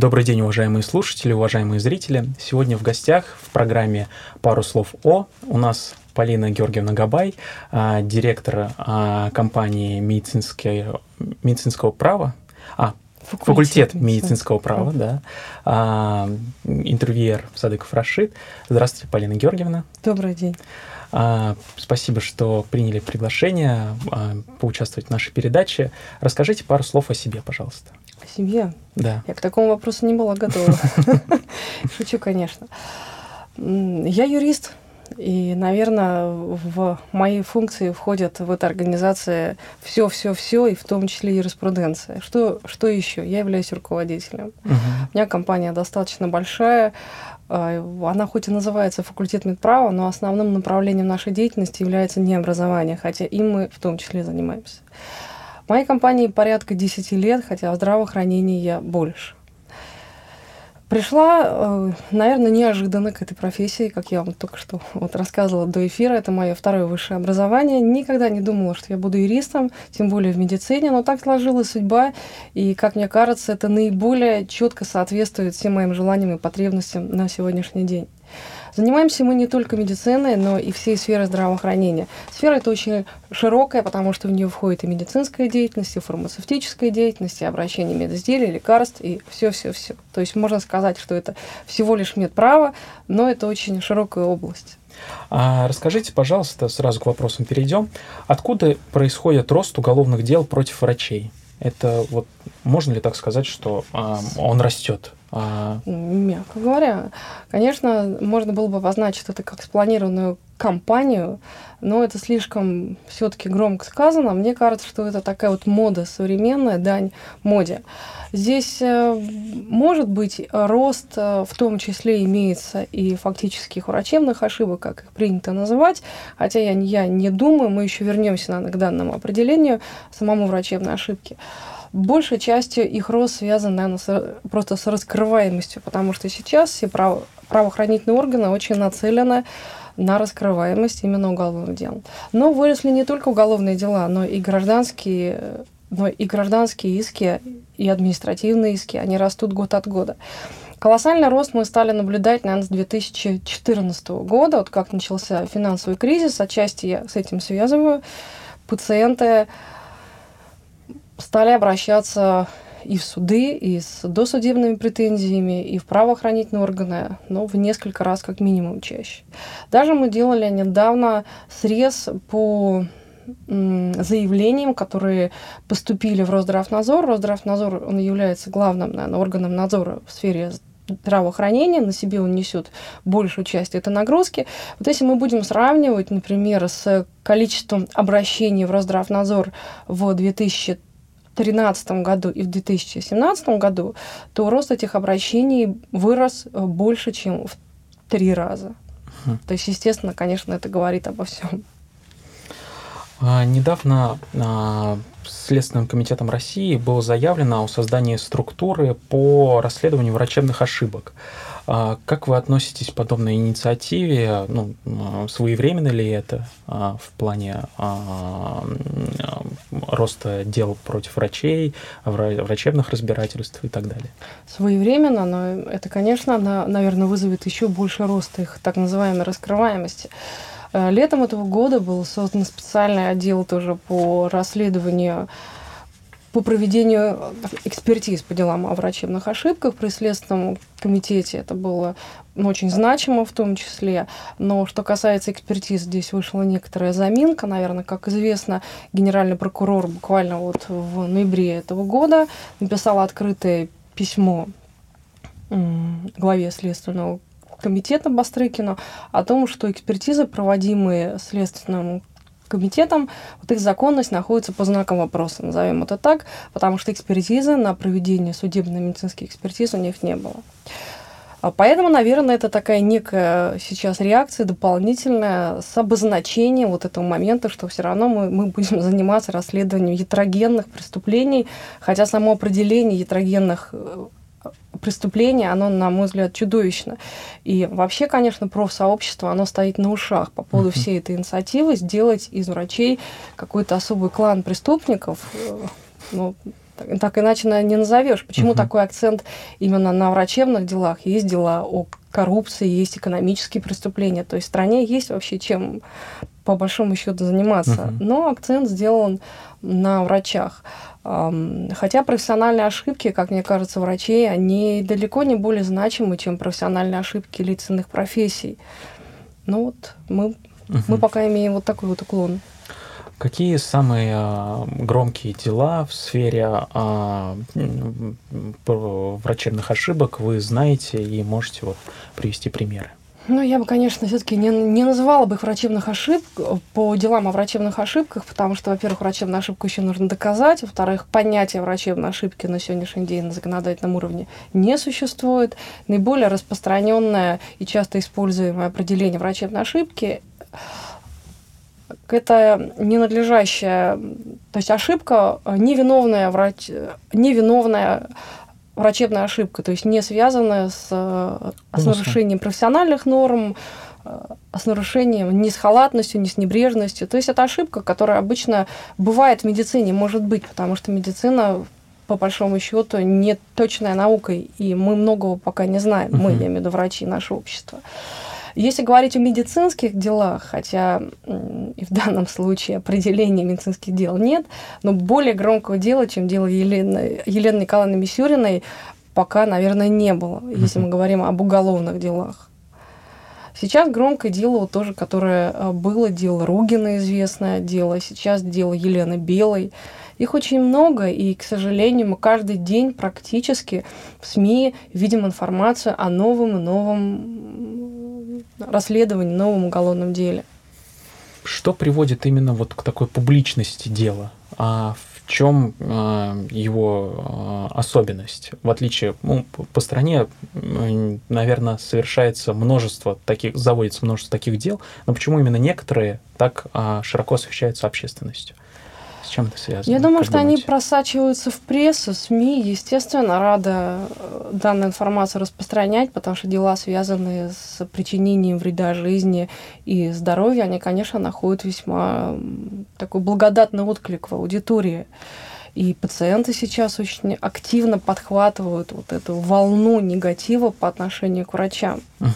Добрый день, уважаемые слушатели, уважаемые зрители. Сегодня в гостях в программе «Пару слов о» у нас Полина Георгиевна Габай, директор компании медицинского права, факультет медицинского права, да, интервьюер Садыков Рашид. Здравствуйте, Полина Георгиевна. Добрый день. Спасибо, что приняли приглашение поучаствовать в нашей передаче. Расскажите пару слов о себе, пожалуйста. О себе? Да. Я к такому вопросу не была готова. Шучу, конечно. Я юрист, и, наверное, в мои функции входят в этой организации все, и в том числе юриспруденция. Что еще? Я являюсь руководителем. У меня компания достаточно большая. Она хоть и называется факультет медправа, но основным направлением нашей деятельности является не образование, хотя им мы в том числе занимаемся. В моей компании порядка 10 лет, хотя в здравоохранении я больше. Пришла, наверное, неожиданно к этой профессии, как я вам только что рассказывала до эфира. Это мое второе высшее образование. Никогда не думала, что я буду юристом, тем более в медицине, но так сложилась судьба. И, как мне кажется, это наиболее четко соответствует всем моим желаниям и потребностям на сегодняшний день. Занимаемся мы не только медициной, но и всей сферой здравоохранения. Сфера эта очень широкая, потому что в нее входит и медицинская деятельность, и фармацевтическая деятельность, и обращение медизделий, лекарств, и все. То есть можно сказать, что это всего лишь медправо, но это очень широкая область. Расскажите, пожалуйста, сразу к вопросам перейдем. Откуда происходит рост уголовных дел против врачей? Это можно ли так сказать, что он растет? Мягко говоря, конечно, можно было бы обозначить это как спланированную кампанию, но это слишком все-таки громко сказано. Мне кажется, что это такая мода современная, дань моде. Здесь может быть рост, в том числе имеется и фактических врачебных ошибок, как их принято называть, хотя я не думаю, мы еще вернемся к данному определению самому врачебной ошибки. Большей частью их рост связан, наверное, просто с раскрываемостью, потому что сейчас все правоохранительные органы очень нацелены на раскрываемость именно уголовных дел. Но выросли не только уголовные дела, но и гражданские иски, и административные иски. Они растут год от года. Колоссальный рост мы стали наблюдать, наверное, с 2014 года, как начался финансовый кризис. Отчасти я с этим связываю. Пациенты стали обращаться и в суды, и с досудебными претензиями, и в правоохранительные органы, но в несколько раз как минимум чаще. Даже мы делали недавно срез по заявлениям, которые поступили в Росздравнадзор. Росздравнадзор, он является главным, наверное, органом надзора в сфере здравоохранения, на себе он несет большую часть этой нагрузки. Если мы будем сравнивать, например, с количеством обращений в Росздравнадзор в 2013 году и в 2017 году, то рост этих обращений вырос больше, чем в 3 раза. То есть, естественно, конечно, это говорит обо всем. Недавно Следственным комитетом России было заявлено о создании структуры по расследованию врачебных ошибок. Как вы относитесь к подобной инициативе? Своевременно ли это в плане роста дел против врачей, врачебных разбирательств и так далее? Своевременно, но это, конечно, наверное, вызовет еще больше роста их так называемой раскрываемости. Летом этого года был создан специальный отдел тоже по расследованию, по проведению экспертиз по делам о врачебных ошибках при Следственном комитете. Это было очень значимо в том числе. Но что касается экспертиз, здесь вышла некоторая заминка. Наверное, как известно, генеральный прокурор буквально в ноябре этого года написал открытое письмо главе Следственного комитета Бастрыкину о том, что экспертизы, проводимые Следственным комитетом, их законность находится под знаком вопроса, назовем это так, потому что экспертизы на проведение судебно-медицинских экспертиз у них не было. Поэтому, наверное, это такая некая сейчас реакция дополнительная с обозначением этого момента, что все равно мы будем заниматься расследованием ятрогенных преступлений, хотя само определение ятрогенных преступление, оно, на мой взгляд, чудовищно. И вообще, конечно, профсообщество, оно стоит на ушах по поводу всей этой инициативы сделать из врачей какой-то особый клан преступников. так иначе не назовешь. Почему такой акцент именно на врачебных делах? Есть дела о коррупции, есть экономические преступления. То есть в стране есть вообще чем, по большому счету, заниматься. Но акцент сделан на врачах. Хотя профессиональные ошибки, как мне кажется, врачей, они далеко не более значимы, чем профессиональные ошибки лиц иных профессий. Ну вот мы пока имеем вот такой вот уклон. Какие самые громкие дела в сфере врачебных ошибок вы знаете и можете вот привести примеры? Ну, я бы, конечно, все-таки не называла бы их врачебных ошибок по делам о врачебных ошибках, потому что, во-первых, врачебную ошибку еще нужно доказать, во-вторых, понятие врачебной ошибки на сегодняшний день на законодательном уровне не существует. Наиболее распространенное и часто используемое определение врачебной ошибки – это ненадлежащая, то есть ошибка, невиновная врачебная ошибка, то есть не связанная с нарушением профессиональных норм, с нарушением не с халатностью, не с небрежностью. То есть это ошибка, которая обычно бывает в медицине, может быть, потому что медицина, по большому счету, не точная наука, и мы многого пока не знаем, мы, я имею в виду врачи, наше общество. Если говорить о медицинских делах, хотя и в данном случае определения медицинских дел нет, но более громкого дела, чем дело Елены Николаевны Мисюриной, пока, наверное, не было, если мы говорим об уголовных делах. Сейчас громкое дело вот тоже, которое было, дело Ругина известное дело, сейчас дело Елены Белой. Их очень много, и, к сожалению, мы каждый день практически в СМИ видим информацию о новом и новом расследовании, новом уголовном деле. Что приводит именно вот к такой публичности дела? А в чем его особенность? В отличие, по стране, наверное, заводится множество таких дел, но почему именно некоторые так широко освещаются общественностью? С чем это связано? Я думаю, что они просачиваются в прессу, СМИ. Естественно, рада данную информацию распространять, потому что дела, связанные с причинением вреда жизни и здоровью, они, конечно, находят весьма такой благодатный отклик в аудитории. И пациенты сейчас очень активно подхватывают вот эту волну негатива по отношению к врачам.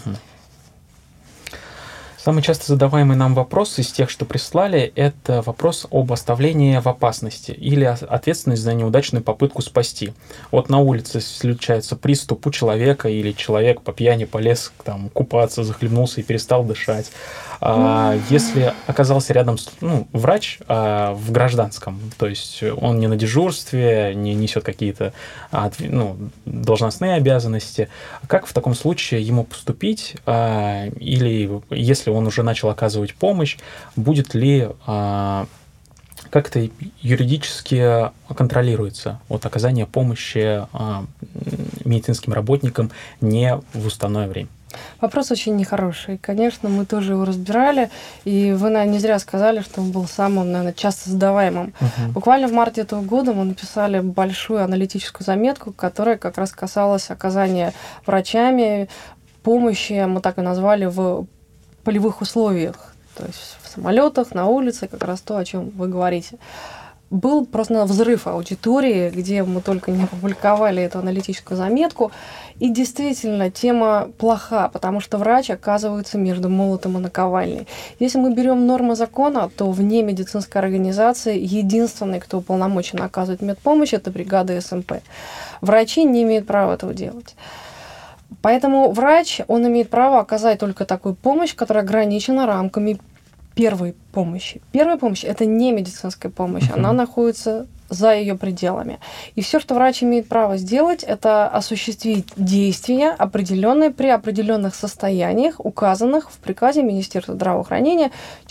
Самый часто задаваемый нам вопрос из тех, что прислали, это вопрос об оставлении в опасности или ответственность за неудачную попытку спасти. Вот на улице случается приступ у человека, или человек по пьяни полез там, купаться, захлебнулся и перестал дышать. Если оказался рядом врач в гражданском, то есть он не на дежурстве, не несет какие-то должностные обязанности, как в таком случае ему поступить? Или если он уже начал оказывать помощь, будет ли как-то юридически контролируется оказание помощи медицинским работникам не в уставное время? Вопрос очень нехороший. Конечно, мы тоже его разбирали, и вы, наверное, не зря сказали, что он был самым, наверное, часто задаваемым. Буквально в марте этого года мы написали большую аналитическую заметку, которая как раз касалась оказания врачами помощи, мы так и назвали, в полевых условиях, то есть в самолетах, на улице, как раз то, о чем вы говорите. Был просто взрыв аудитории, где мы только не опубликовали эту аналитическую заметку. И действительно, тема плоха, потому что врач оказывается между молотом и наковальней. Если мы берем нормы закона, то вне медицинской организации единственный, кто уполномочен оказывать медпомощь, это бригада СМП. Врачи не имеют права этого делать. Поэтому врач, он имеет право оказать только такую помощь, которая ограничена рамками первой помощи. Первая помощь – это не медицинская помощь, она находится за ее пределами. И все, что врач имеет право сделать, это осуществить действия, определенные при определенных состояниях, указанных в приказе Министерства здравоохранения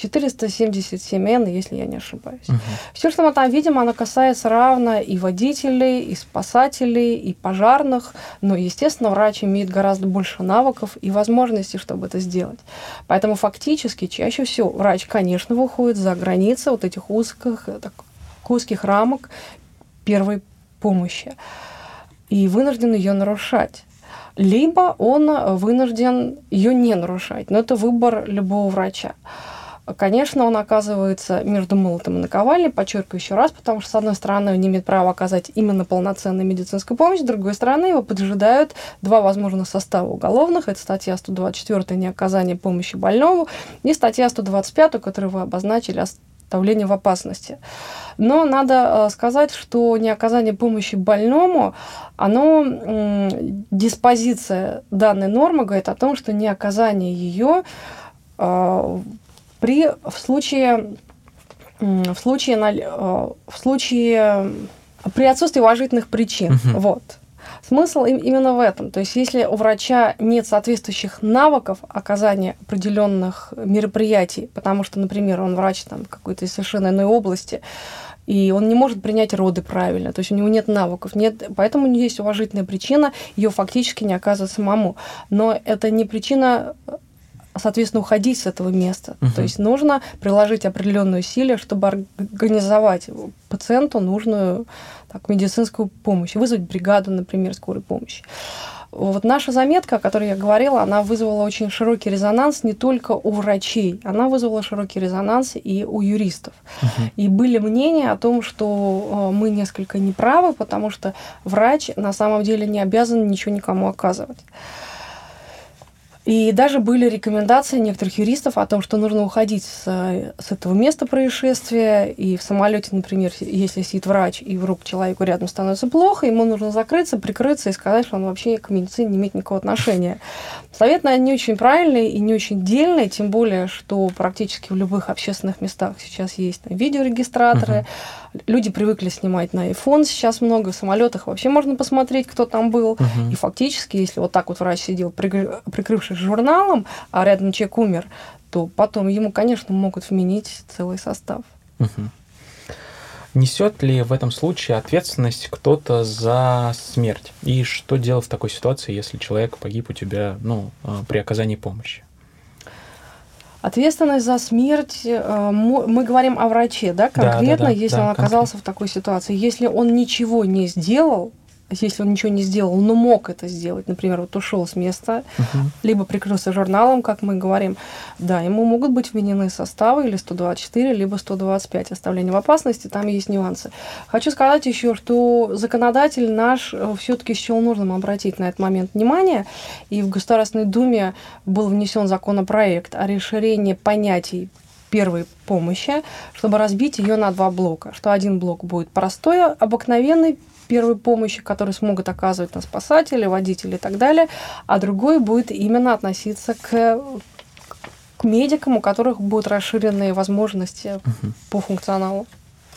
477-Н, если я не ошибаюсь. Все, что мы там видим, оно касается равно и водителей, и спасателей, и пожарных, но, естественно, врач имеет гораздо больше навыков и возможностей, чтобы это сделать. Поэтому фактически чаще всего врач, конечно, выходит за границы вот этих узких рамок первой помощи и вынужден ее нарушать. Либо он вынужден ее не нарушать, но это выбор любого врача. конечно, он оказывается между молотом и наковальней, подчеркиваю еще раз, потому что, с одной стороны, он не имеет права оказать именно полноценную медицинскую помощь, с другой стороны, его поджидают два возможных состава уголовных. Это статья 124 «Неоказание помощи больному» и статья 125, которую вы обозначили, оставление в опасности. Но надо сказать, что неоказание помощи больному, диспозиция данной нормы говорит о том, что неоказание ее при отсутствии уважительных причин. Вот. Смысл именно в этом. То есть, если у врача нет соответствующих навыков оказания определенных мероприятий, потому что, например, он врач какой-то совершенно иной области, и он не может принять роды правильно, то есть у него нет навыков, поэтому у него есть уважительная причина ее фактически не оказывать самому. Но это не причина, соответственно, уходить с этого места. То есть нужно приложить определенные усилия, чтобы организовать пациенту нужную медицинскую помощь, вызвать бригаду, например, скорой помощи. Вот наша заметка, о которой я говорила, она вызвала очень широкий резонанс не только у врачей, она вызвала широкий резонанс и у юристов. И были мнения о том, что мы несколько неправы, потому что врач на самом деле не обязан ничего никому оказывать. И даже были рекомендации некоторых юристов о том, что нужно уходить с этого места происшествия. И в самолете, например, если сидит врач, и вдруг человеку рядом становится плохо, ему нужно закрыться, прикрыться и сказать, что он вообще к медицине не имеет никакого отношения. Совет, наверное, не очень правильный и не очень дельный, тем более, что практически в любых общественных местах сейчас есть видеорегистраторы. Люди привыкли снимать на iPhone, сейчас много, в самолетах вообще можно посмотреть, кто там был. И фактически, если вот так вот врач сидел, прикрывшись журналом, а рядом человек умер, то потом ему, конечно, могут вменить целый состав. Несет ли в этом случае ответственность кто-то за смерть? И что делать в такой ситуации, если человек погиб у тебя при оказании помощи? Ответственность за смерть, мы говорим о враче, да, конкретно, если он оказался в такой ситуации. Если он ничего не сделал, но мог это сделать, например, вот ушел с места, либо прикрылся журналом, как мы говорим, да, ему могут быть вменены составы или 124, либо 125, оставление в опасности, там есть нюансы. Хочу сказать еще, что законодатель наш все-таки счел нужным обратить на этот момент внимание, и в Государственной Думе был внесен законопроект о расширении понятий первой помощи, чтобы разбить ее на два блока, что один блок будет простой, обыкновенный, первой помощи, которые смогут оказывать спасатели, водители и так далее, а другой будет именно относиться к медикам, у которых будут расширенные возможности по функционалу.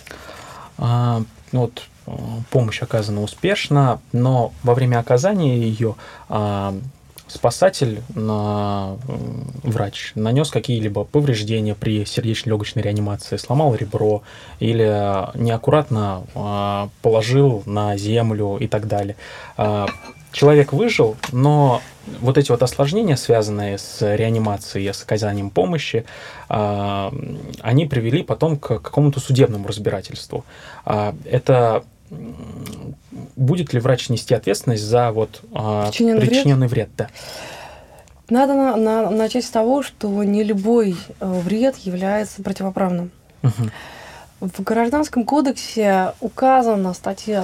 Помощь оказана успешно, но во время оказания ее спасатель, врач, нанес какие-либо повреждения при сердечно-легочной реанимации, сломал ребро или неаккуратно положил на землю и так далее. Человек выжил, но вот эти осложнения, связанные с реанимацией и с оказанием помощи, они привели потом к какому-то судебному разбирательству. Это будет ли врач нести ответственность за причиненный вред? Да. Надо начать с того, что не любой вред является противоправным. В Гражданском кодексе указано, статья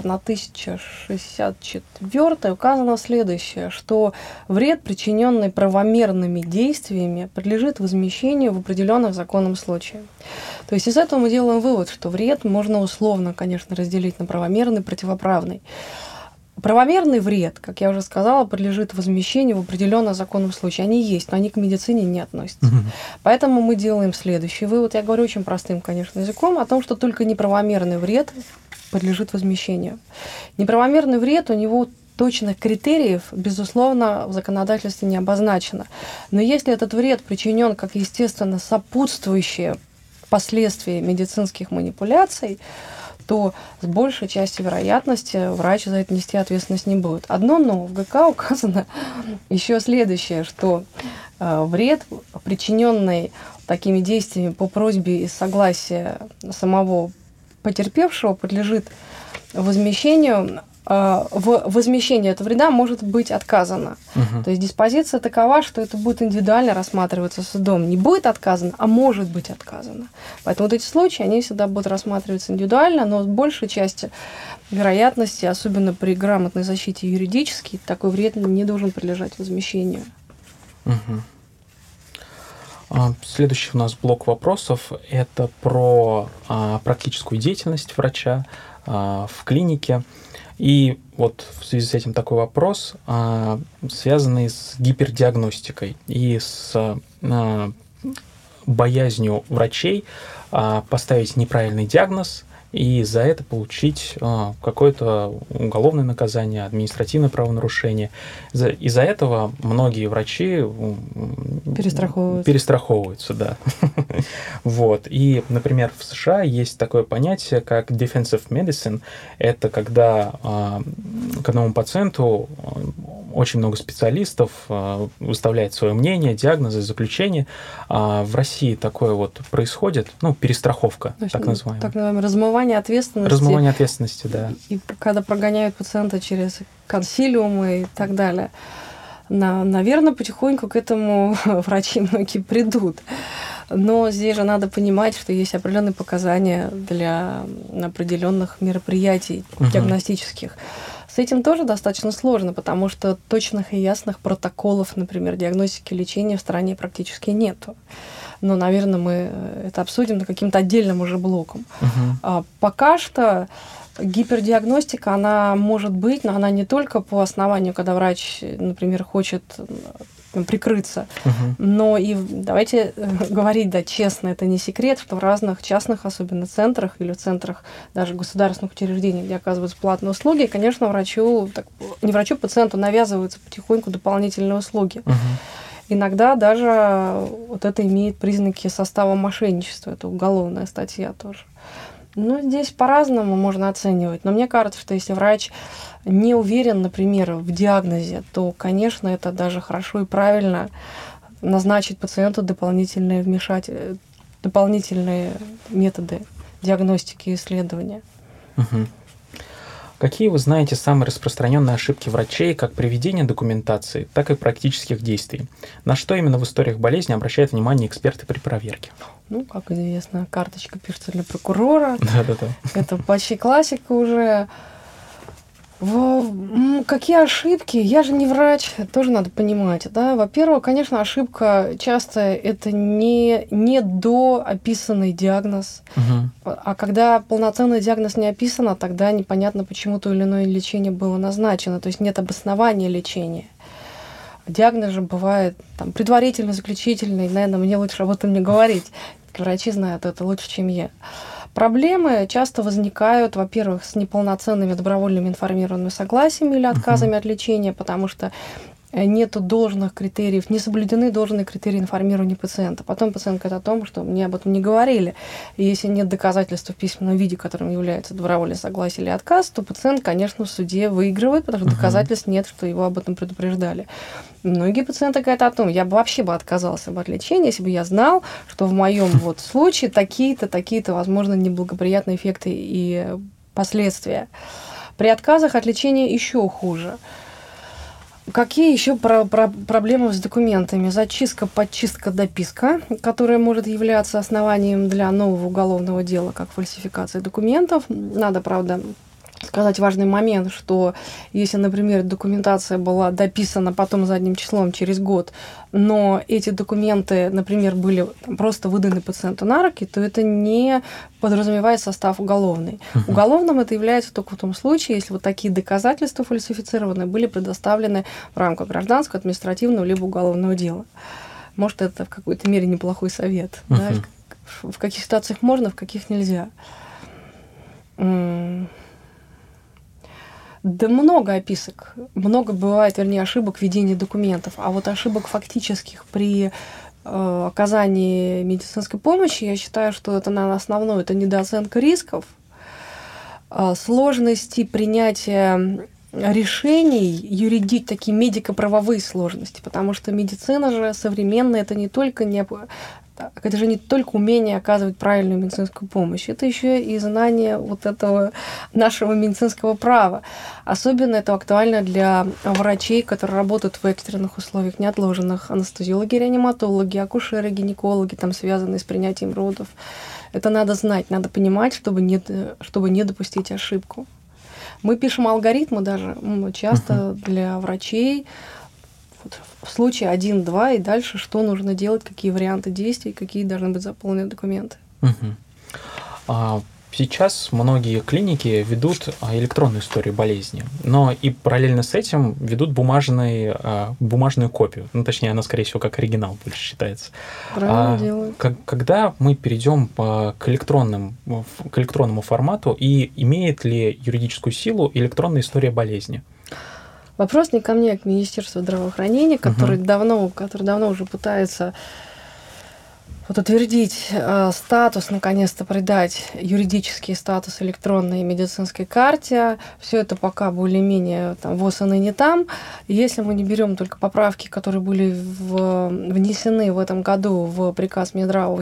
1064, указано следующее, что вред, причиненный правомерными действиями, подлежит возмещению в определенных законном случае. То есть из этого мы делаем вывод, что вред можно условно, конечно, разделить на правомерный и противоправный. Правомерный вред, как я уже сказала, подлежит возмещению в определенном законном случае. Они есть, но они к медицине не относятся. Поэтому мы делаем следующий вывод. Я говорю очень простым, конечно, языком, о том, что только неправомерный вред подлежит возмещению. Неправомерный вред, у него точных критериев, безусловно, в законодательстве не обозначено. Но если этот вред причинен как, естественно, сопутствующие последствия медицинских манипуляций, то с большей частью вероятности врач за это нести ответственность не будет. Одно но, в ГК указано еще следующее, что вред, причиненный такими действиями по просьбе и согласия самого потерпевшего, подлежит возмещению в возмещении этого вреда может быть отказано. То есть диспозиция такова, что это будет индивидуально рассматриваться судом. Не будет отказано, а может быть отказано. Поэтому вот эти случаи, они всегда будут рассматриваться индивидуально, но с большей части вероятности, особенно при грамотной защите юридически, такой вред не должен прилежать возмещению. Следующий у нас блок вопросов – это про практическую деятельность врача в клинике. И вот в связи с этим такой вопрос, связанный с гипердиагностикой и с боязнью врачей поставить неправильный диагноз и за это получить какое-то уголовное наказание, административное правонарушение. Из-за этого многие врачи перестраховываются, да. Вот. И, например, в США есть такое понятие, как defensive medicine. Это когда к одному пациенту очень много специалистов выставляет свое мнение, диагнозы, заключения. В России такое вот происходит, перестраховка, так называемая. Так называемое размывание ответственности. Размывание ответственности, да. И когда прогоняют пациента через консилиумы и так далее. Наверное, потихоньку к этому врачи многие придут. Но здесь же надо понимать, что есть определенные показания для определенных мероприятий диагностических. С этим тоже достаточно сложно, потому что точных и ясных протоколов, например, диагностики и лечения в стране практически нету. Но, наверное, мы это обсудим на каким-то отдельным уже блоком. Пока что гипердиагностика, она может быть, но она не только по основанию, когда врач, например, хочет прикрыться, но и давайте говорить, да, честно, это не секрет, что в разных частных, особенно центрах или в центрах даже государственных учреждений, где оказываются платные услуги, конечно, пациенту навязываются потихоньку дополнительные услуги. Иногда даже вот это имеет признаки состава мошенничества, это уголовная статья тоже. Ну, здесь по-разному можно оценивать. Но мне кажется, что если врач не уверен, например, в диагнозе, то, конечно, это даже хорошо и правильно назначить пациенту дополнительные методы диагностики и исследования. Какие вы знаете самые распространенные ошибки врачей как при ведении документации, так и практических действий? На что именно в историях болезни обращают внимание эксперты при проверке? Ну, как известно, карточка пишется для прокурора. Да-да-да. Это почти классика уже. Какие ошибки? Я же не врач, тоже надо понимать. Да? Во-первых, конечно, ошибка часто это не доописанный диагноз. А когда полноценный диагноз не описан, тогда непонятно, почему то или иное лечение было назначено. То есть нет обоснования лечения. Диагноз же бывает предварительный, заключительный. Наверное, мне лучше об этом не говорить. Врачи знают это лучше, чем я. Проблемы часто возникают, во-первых, с неполноценными добровольными информированными согласиями или отказами от лечения, потому что нету должных критериев, не соблюдены должные критерии информирования пациента. Потом пациент говорит о том, что мне об этом не говорили. И если нет доказательств в письменном виде, которым является добровольное согласие или отказ, то пациент, конечно, в суде выигрывает, потому что доказательств нет, что его об этом предупреждали. Многие пациенты говорят о том, я бы вообще отказался от лечения, если бы я знал, что в моем случае такие-то, возможно, неблагоприятные эффекты и последствия. При отказах от лечения еще хуже. Какие еще проблемы с документами? Зачистка, подчистка, дописка, которая может являться основанием для нового уголовного дела, как фальсификация документов. Надо, правда, сказать важный момент, что если, например, документация была дописана потом задним числом через год, но эти документы, например, были просто выданы пациенту на руки, то это не подразумевает состав уголовный. Уголовным это является только в том случае, если такие доказательства фальсифицированные были предоставлены в рамках гражданского, административного либо уголовного дела. Может, это в какой-то мере неплохой совет. Да? В каких ситуациях можно, в каких нельзя. Да много описок, много бывает, ошибок в ведении документов, а ошибок фактических при оказании медицинской помощи, я считаю, что это, наверное, основное, это недооценка рисков, сложности принятия решений, такие медико-правовые сложности, потому что медицина же современная, это не только Так, это же не только умение оказывать правильную медицинскую помощь, это еще и знание вот этого нашего медицинского права. Особенно это актуально для врачей, которые работают в экстренных условиях, неотложенных, анестезиологи, реаниматологи, акушеры, гинекологи, там, связанные с принятием родов. Это надо знать, надо понимать, чтобы не допустить ошибку. Мы пишем алгоритмы даже часто для врачей, вот в случае 1-2 и дальше, что нужно делать, какие варианты действий, какие должны быть заполнены документы. Сейчас многие клиники ведут электронную историю болезни, но и параллельно с этим ведут бумажную копию. Ну, точнее, она, скорее всего, как оригинал больше считается. Правильно делают. Когда мы перейдем к электронному формату, и имеет ли юридическую силу электронная история болезни? Вопрос не ко мне, а к Министерству здравоохранения, который давно уже пытается утвердить статус, наконец-то придать юридический статус электронной медицинской карте. Все это пока более-менее ВОЗ и ныне там. Если мы не берем только поправки, которые были внесены в этом году в приказ Минздрава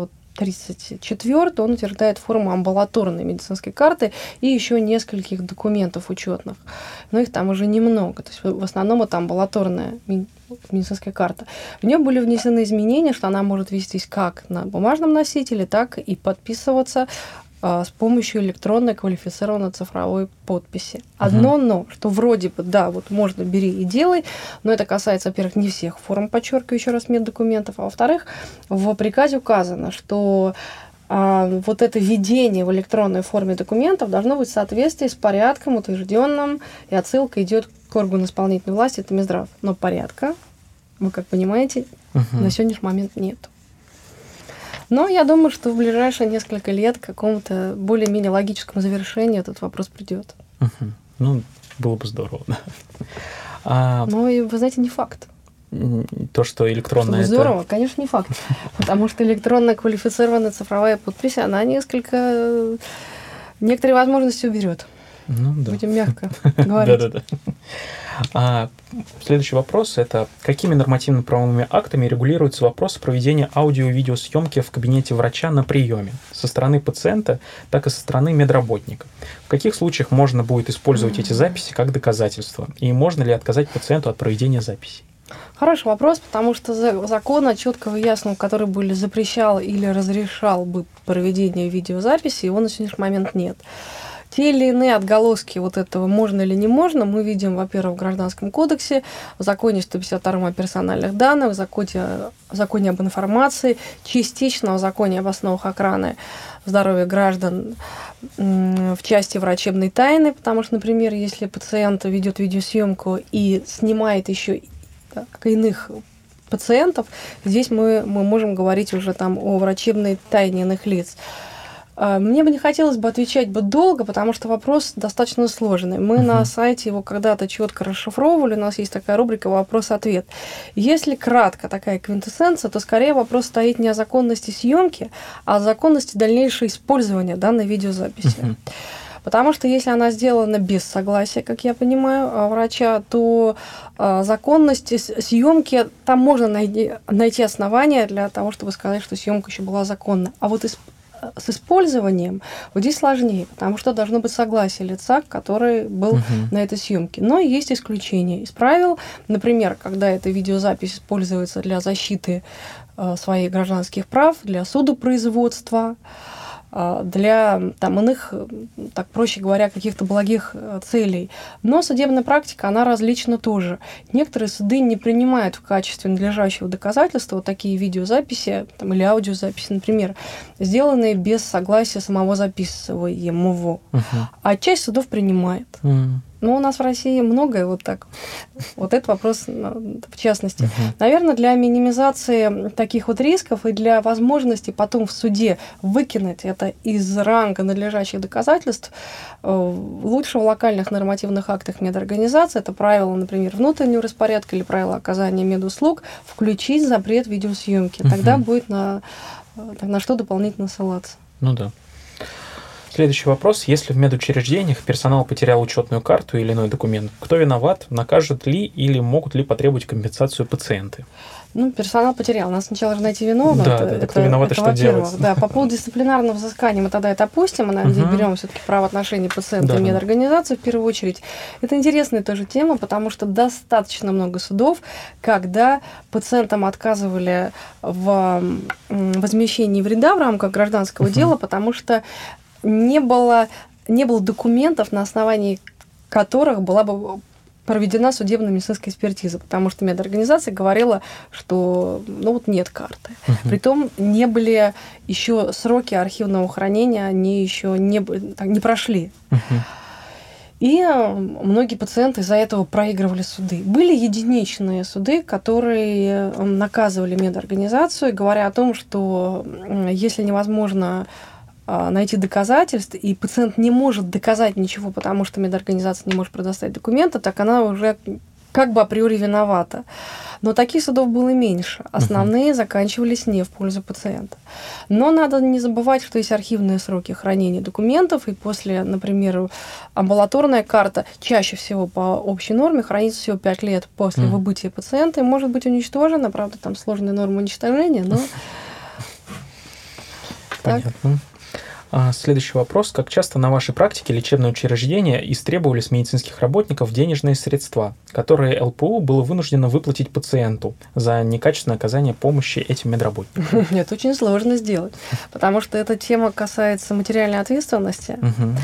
834, он утверждает форму амбулаторной медицинской карты и еще нескольких документов учетных. Но их там уже немного. То есть в основном это амбулаторная медицинская карта. В нее были внесены изменения, что она может вестись как на бумажном носителе, так и подписываться с помощью электронной квалифицированной цифровой подписи. Одно но, что вроде бы, да, вот можно бери и делай, но это касается, во-первых, не всех форм, подчеркиваю еще раз, меддокументов, а во-вторых, в приказе указано, что вот это введение в электронной форме документов должно быть в соответствии с порядком, утвержденным, и отсылка идет к органу исполнительной власти, это Минздрав. Но порядка, вы как понимаете, на сегодняшний момент нет. Но я думаю, что в ближайшие несколько лет к какому-то более-менее логическому завершению этот вопрос придет. Ну, было бы здорово. Но, и, вы знаете, не факт. То, что электронная... Что здорово, конечно, не факт. Потому что электронная квалифицированная цифровая подпись, она некоторые возможности уберет. Ну, да. Будем мягко говорить. Да. Следующий вопрос – это какими нормативно-правовыми актами регулируется вопрос проведения аудио- и видеосъемки в кабинете врача на приеме со стороны пациента, так и со стороны медработника? В каких случаях можно будет использовать эти записи как доказательство? И можно ли отказать пациенту от проведения записей? Хороший вопрос, потому что закона четкого и ясного, который бы запрещал или разрешал бы проведение видеозаписи, его на сегодняшний момент нет. Те или иные отголоски вот этого можно или не можно мы видим, во-первых, в Гражданском кодексе, в законе 152 о персональных данных, в законе об информации, частично в законе об основах охраны здоровья граждан в части врачебной тайны, потому что, например, если пациент ведет видеосъемку и снимает еще иных пациентов, здесь мы можем говорить уже там о врачебной тайне иных лиц. Мне бы не хотелось бы отвечать долго, потому что вопрос достаточно сложный. Мы на сайте его когда-то четко расшифровывали, у нас есть такая рубрика «Вопрос-ответ». Если кратко такая квинтэссенция, то скорее вопрос стоит не о законности съемки, а о законности дальнейшего использования данной видеозаписи. Потому что если она сделана без согласия, как я понимаю, врача, то законность съемки, там можно найти основания для того, чтобы сказать, что съемка еще была законна. А вот с использованием вот здесь сложнее, потому что должно быть согласие лица, который был на этой съемке. Но есть исключения из правил. Например, когда эта видеозапись используется для защиты своих гражданских прав, для судопроизводства, для иных, так проще говоря, каких-то благих целей. Но судебная практика, она различна тоже. Некоторые суды не принимают в качестве надлежащего доказательства вот такие видеозаписи или аудиозаписи, например, сделанные без согласия самого записываемого. А часть судов принимает. Но у нас в России многое вот так. Вот этот вопрос в частности. Наверное, для минимизации таких вот рисков и для возможности потом в суде выкинуть это из ранга надлежащих доказательств, лучше в локальных нормативных актах медорганизации, это правило, например, внутреннего распорядка или правило оказания медуслуг, включить запрет видеосъемки. Тогда будет на что дополнительно ссылаться. Ну да. Следующий вопрос. Если в медучреждениях персонал потерял учетную карту или иной документ, кто виноват, накажут ли или могут ли потребовать компенсацию пациенты? Персонал потерял. Надо сначала же найти виновного. Да, кто виноват и что делать. Да, по поводу дисциплинарного взыскания мы тогда это опустим, мы, наверное, берем все-таки правоотношения пациента и медорганизации в первую очередь. Это интересная тоже тема, потому что достаточно много судов, когда пациентам отказывали в возмещении вреда в рамках гражданского дела, потому что не было документов, на основании которых была бы проведена судебно-медицинская экспертиза, потому что медорганизация говорила, что нет карты. Притом не были еще сроки архивного хранения, они еще не прошли. И многие пациенты из-за этого проигрывали суды. Были единичные суды, которые наказывали медорганизацию, говоря о том, что если невозможно найти доказательств, и пациент не может доказать ничего, потому что медорганизация не может предоставить документы, так она уже как бы априори виновата. Но таких судов было меньше. Основные заканчивались не в пользу пациента. Но надо не забывать, что есть архивные сроки хранения документов, и после, например, амбулаторная карта чаще всего по общей норме хранится всего 5 лет после выбытия пациента и может быть уничтожена. Правда, там сложная норма уничтожения, но... Понятно. Следующий вопрос. Как часто на вашей практике лечебные учреждения истребовали с медицинских работников денежные средства, которые ЛПУ было вынуждено выплатить пациенту за некачественное оказание помощи этим медработникам? Это очень сложно сделать, потому что эта тема касается материальной ответственности.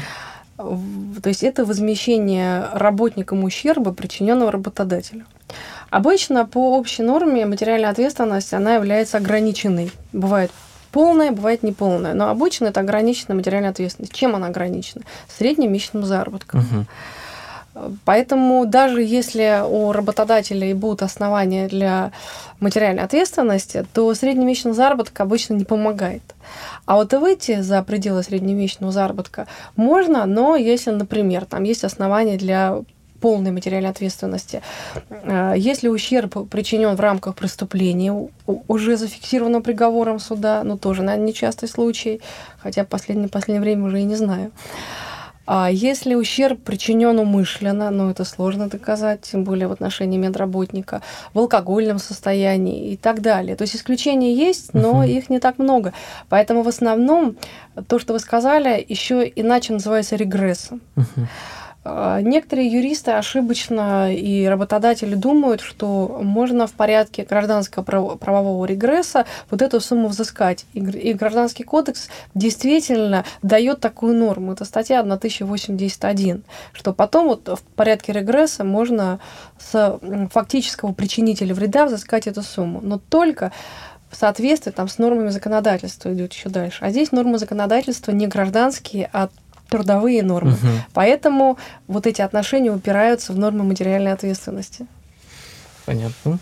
То есть это возмещение работникам ущерба, причиненного работодателю. Обычно по общей норме материальная ответственность, она является ограниченной. Бывает полная, бывает неполная. Но обычно это ограниченная материальная ответственность. Чем она ограничена? Средним месячным заработком. Поэтому даже если у работодателя и будут основания для материальной ответственности, то среднемесячный заработок обычно не помогает. А вот и выйти за пределы среднемесячного заработка можно, но если, например, там есть основания для полной материальной ответственности. Если ущерб причинен в рамках преступления, уже зафиксированным приговором суда, тоже, наверное, нечастый случай, хотя в последнее время уже и не знаю. А если ущерб причинен умышленно, это сложно доказать, тем более в отношении медработника, в алкогольном состоянии и так далее. То есть исключения есть, но их не так много. Поэтому в основном то, что вы сказали, еще иначе называется регрессом. Некоторые юристы ошибочно и работодатели думают, что можно в порядке гражданского правового регресса вот эту сумму взыскать. И Гражданский кодекс действительно дает такую норму. Это статья 1081, что потом в порядке регресса можно с фактического причинителя вреда взыскать эту сумму. Но только в соответствии с нормами законодательства идет еще дальше. А здесь нормы законодательства не гражданские, а трудовые нормы. Поэтому вот эти отношения упираются в нормы материальной ответственности. Понятно.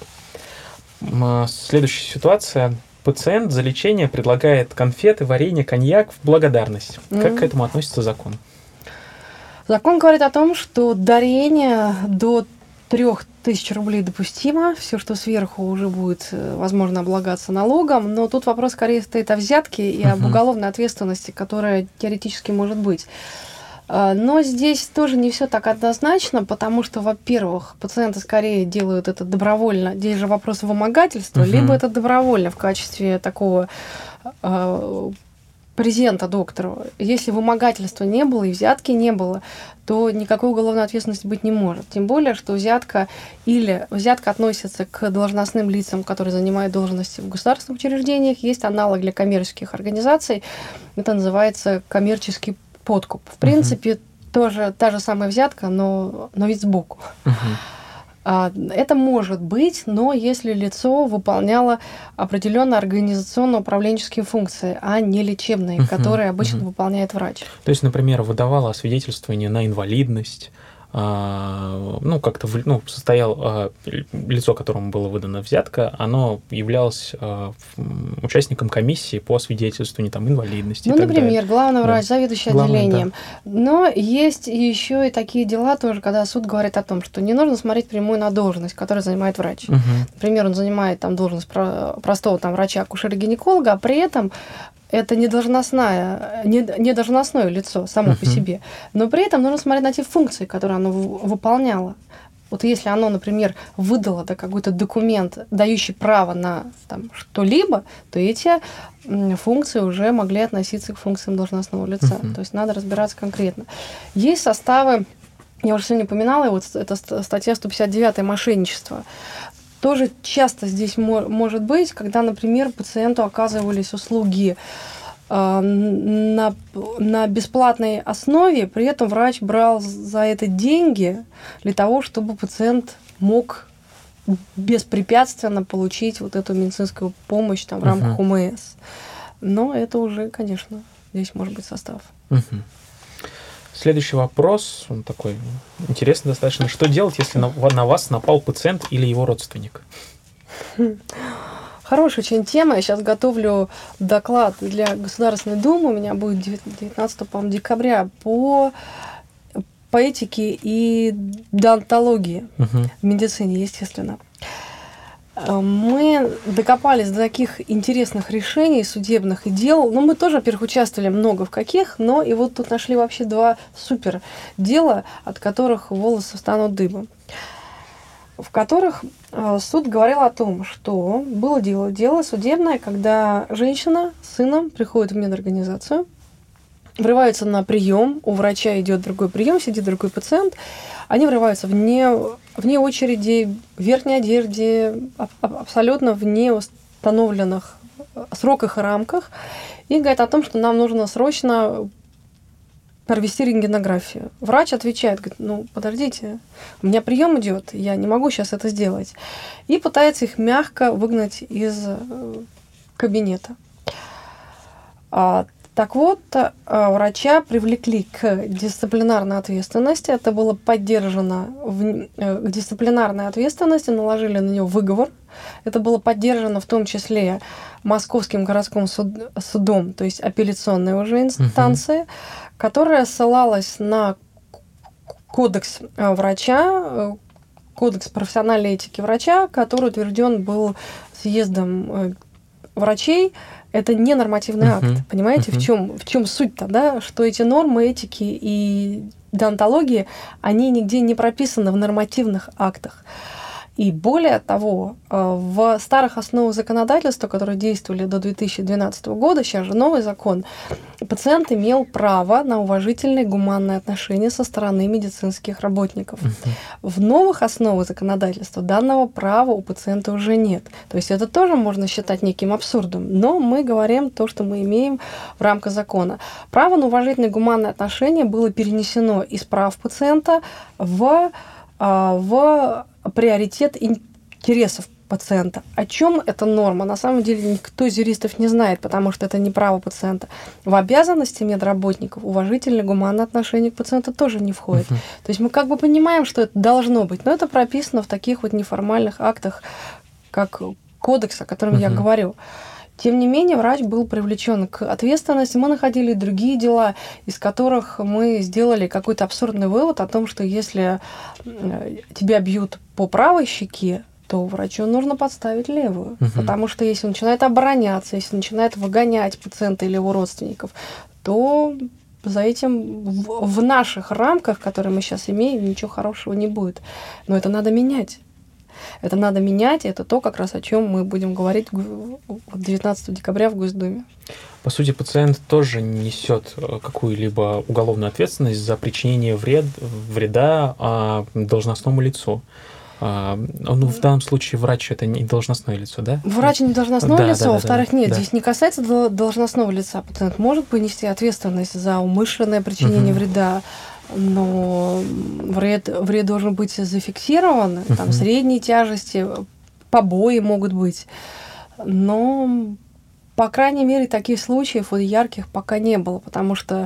Следующая ситуация. Пациент за лечение предлагает конфеты, варенье, коньяк в благодарность. Как к этому относится закон? Закон говорит о том, что дарение до 3000 рублей допустимо, все, что сверху, уже будет, возможно, облагаться налогом, но тут вопрос скорее стоит о взятке и об уголовной ответственности, которая теоретически может быть. Но здесь тоже не все так однозначно, потому что, во-первых, пациенты скорее делают это добровольно, здесь же вопрос вымогательства, либо это добровольно в качестве такого презента доктору. Если вымогательства не было и взятки не было, то никакой уголовной ответственности быть не может. Тем более, что взятка относится к должностным лицам, которые занимают должности в государственных учреждениях. Есть аналог для коммерческих организаций. Это называется коммерческий подкуп. В принципе, тоже та же самая взятка, но ведь сбоку. Это может быть, но если лицо выполняло определенные организационно-управленческие функции, а не лечебные, которые обычно выполняет врач. То есть, например, выдавало освидетельствование на инвалидность, как-то состоял лицо, которому была выдана взятка, оно являлось участником комиссии по освидетельствованию инвалидности. Например, главный врач, заведующий отделением. Да. Но есть еще и такие дела тоже, когда суд говорит о том, что не нужно смотреть прямую на должность, которую занимает врач. Например, он занимает должность простого врача-акушера-гинеколога, а при этом это не должностное лицо само по себе. Но при этом нужно смотреть на те функции, которые оно выполняло. Вот если оно, например, выдало какой-то документ, дающий право на что-либо, то эти функции уже могли относиться к функциям должностного лица. То есть надо разбираться конкретно. Есть составы, я уже сегодня упоминала, вот это статья 159 «Мошенничество». Тоже часто здесь может быть, когда, например, пациенту оказывались услуги на бесплатной основе, при этом врач брал за это деньги для того, чтобы пациент мог беспрепятственно получить вот эту медицинскую помощь в рамках ОМС. Но это уже, конечно, здесь может быть состав. Следующий вопрос, он такой интересный достаточно. Что делать, если на вас напал пациент или его родственник? Хорошая очень тема. Я сейчас готовлю доклад для Государственной Думы. У меня будет 19 декабря по этике и деонтологии в медицине, естественно. Мы докопались до таких интересных решений судебных и дел. Мы тоже, во-первых, участвовали много в каких, но и вот тут нашли вообще 2 супер дела, от которых волосы встанут дыбом. В которых суд говорил о том, что было дело судебное, когда женщина с сыном приходит в медорганизацию, врываются на прием, у врача идет другой прием, сидит другой пациент, они врываются вне очереди, в верхней одежде, абсолютно вне установленных сроках и рамках, и говорят о том, что нам нужно срочно провести рентгенографию. Врач отвечает, говорит, подождите, у меня прием идет, я не могу сейчас это сделать. И пытается их мягко выгнать из кабинета. Так вот, врача привлекли к дисциплинарной ответственности. Это было поддержано к дисциплинарной ответственности, наложили на него выговор. Это было поддержано в том числе Московским городским судом, то есть апелляционной уже инстанции, которая ссылалась на кодекс врача, кодекс профессиональной этики врача, который утвержден был съездом врачей. Это не нормативный акт. Понимаете, в чем суть-то, да? Что эти нормы этики и деонтологии, они нигде не прописаны в нормативных актах. И более того, в старых основах законодательства, которые действовали до 2012 года, сейчас же новый закон, пациент имел право на уважительное гуманное отношение со стороны медицинских работников. В новых основах законодательства данного права у пациента уже нет. То есть это тоже можно считать неким абсурдом, но мы говорим то, что мы имеем в рамках закона. Право на уважительное гуманное отношение было перенесено из прав пациента в приоритет интересов пациента. О чем эта норма? На самом деле никто из юристов не знает, потому что это не право пациента. В обязанности медработников уважительное гуманное отношение к пациенту тоже не входит. То есть мы понимаем, что это должно быть, но это прописано в таких вот неформальных актах, как кодекс, о котором я говорю. Тем не менее, врач был привлечен к ответственности. Мы находили другие дела, из которых мы сделали какой-то абсурдный вывод о том, что если тебя бьют по правой щеке, то врачу нужно подставить левую. Потому что если он начинает обороняться, если начинает выгонять пациента или его родственников, то за этим в наших рамках, которые мы сейчас имеем, ничего хорошего не будет. Но это надо менять. Это надо менять, и это то, как раз о чем мы будем говорить 19 декабря в Госдуме. По сути, пациент тоже несет какую-либо уголовную ответственность за причинение вреда должностному лицу. В данном случае врач это не должностное лицо, да? Врач не должностное лицо, во-вторых, нет, здесь не касается должностного лица. Пациент может понести ответственность за умышленное причинение вреда, но вред должен быть зафиксирован, там средней тяжести, побои могут быть. Но, по крайней мере, таких случаев ярких пока не было, потому что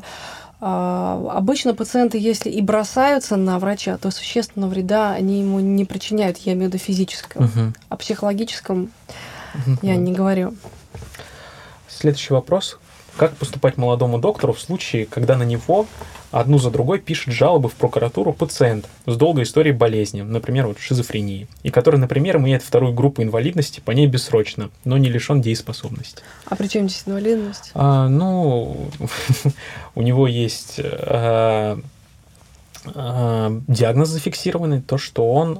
обычно пациенты, если и бросаются на врача, то существенного вреда они ему не причиняют, я имею в виду физического. О психологическом я не говорю. Следующий вопрос. Как поступать молодому доктору в случае, когда на него одну за другой пишет жалобы в прокуратуру пациент с долгой историей болезни, например, шизофрении, и который, например, имеет вторую группу инвалидности, по ней бессрочно, но не лишен дееспособности? А при чем здесь инвалидность? У него есть диагноз зафиксированный, то, что он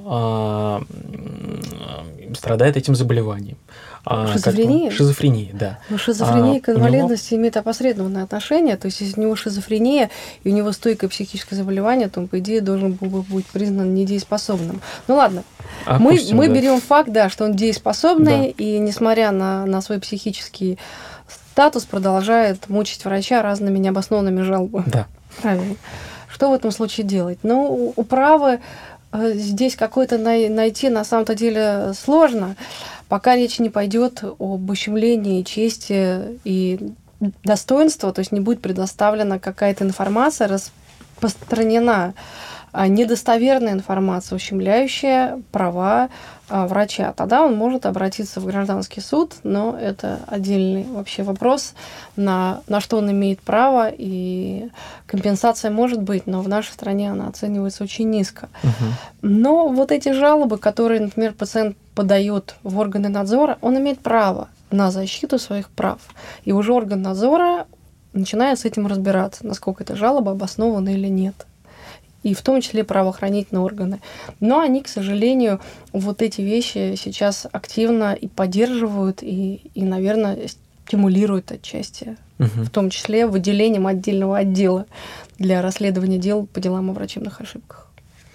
страдает этим заболеванием. Шизофрения? Шизофрения, да. Но шизофрения к инвалидности имеет опосредованное отношение. То есть, если у него шизофрения и у него стойкое психическое заболевание, то он, по идее, должен был бы быть признан недееспособным. Ну ладно, мы берем факт, да, что он дееспособный, да. И несмотря на свой психический статус, продолжает мучить врача разными необоснованными жалобами. Да. Правильно. Что в этом случае делать? Ну, управы здесь какой-то найти на самом-то деле сложно, пока речь не пойдет об ущемлении чести и достоинства, то есть не будет предоставлена какая-то информация, распространена недостоверная информация, ущемляющая права врача. Тогда он может обратиться в гражданский суд, но это отдельный вообще вопрос, на что он имеет право, и компенсация может быть, но в нашей стране она оценивается очень низко. Но вот эти жалобы, которые, например, пациент подает в органы надзора, он имеет право на защиту своих прав. И уже орган надзора начинает с этим разбираться, насколько эта жалоба обоснована или нет. И в том числе правоохранительные органы. Но они, к сожалению, вот эти вещи сейчас активно и поддерживают, и наверное, стимулируют отчасти. В том числе выделением отдельного отдела для расследования дел по делам о врачебных ошибках.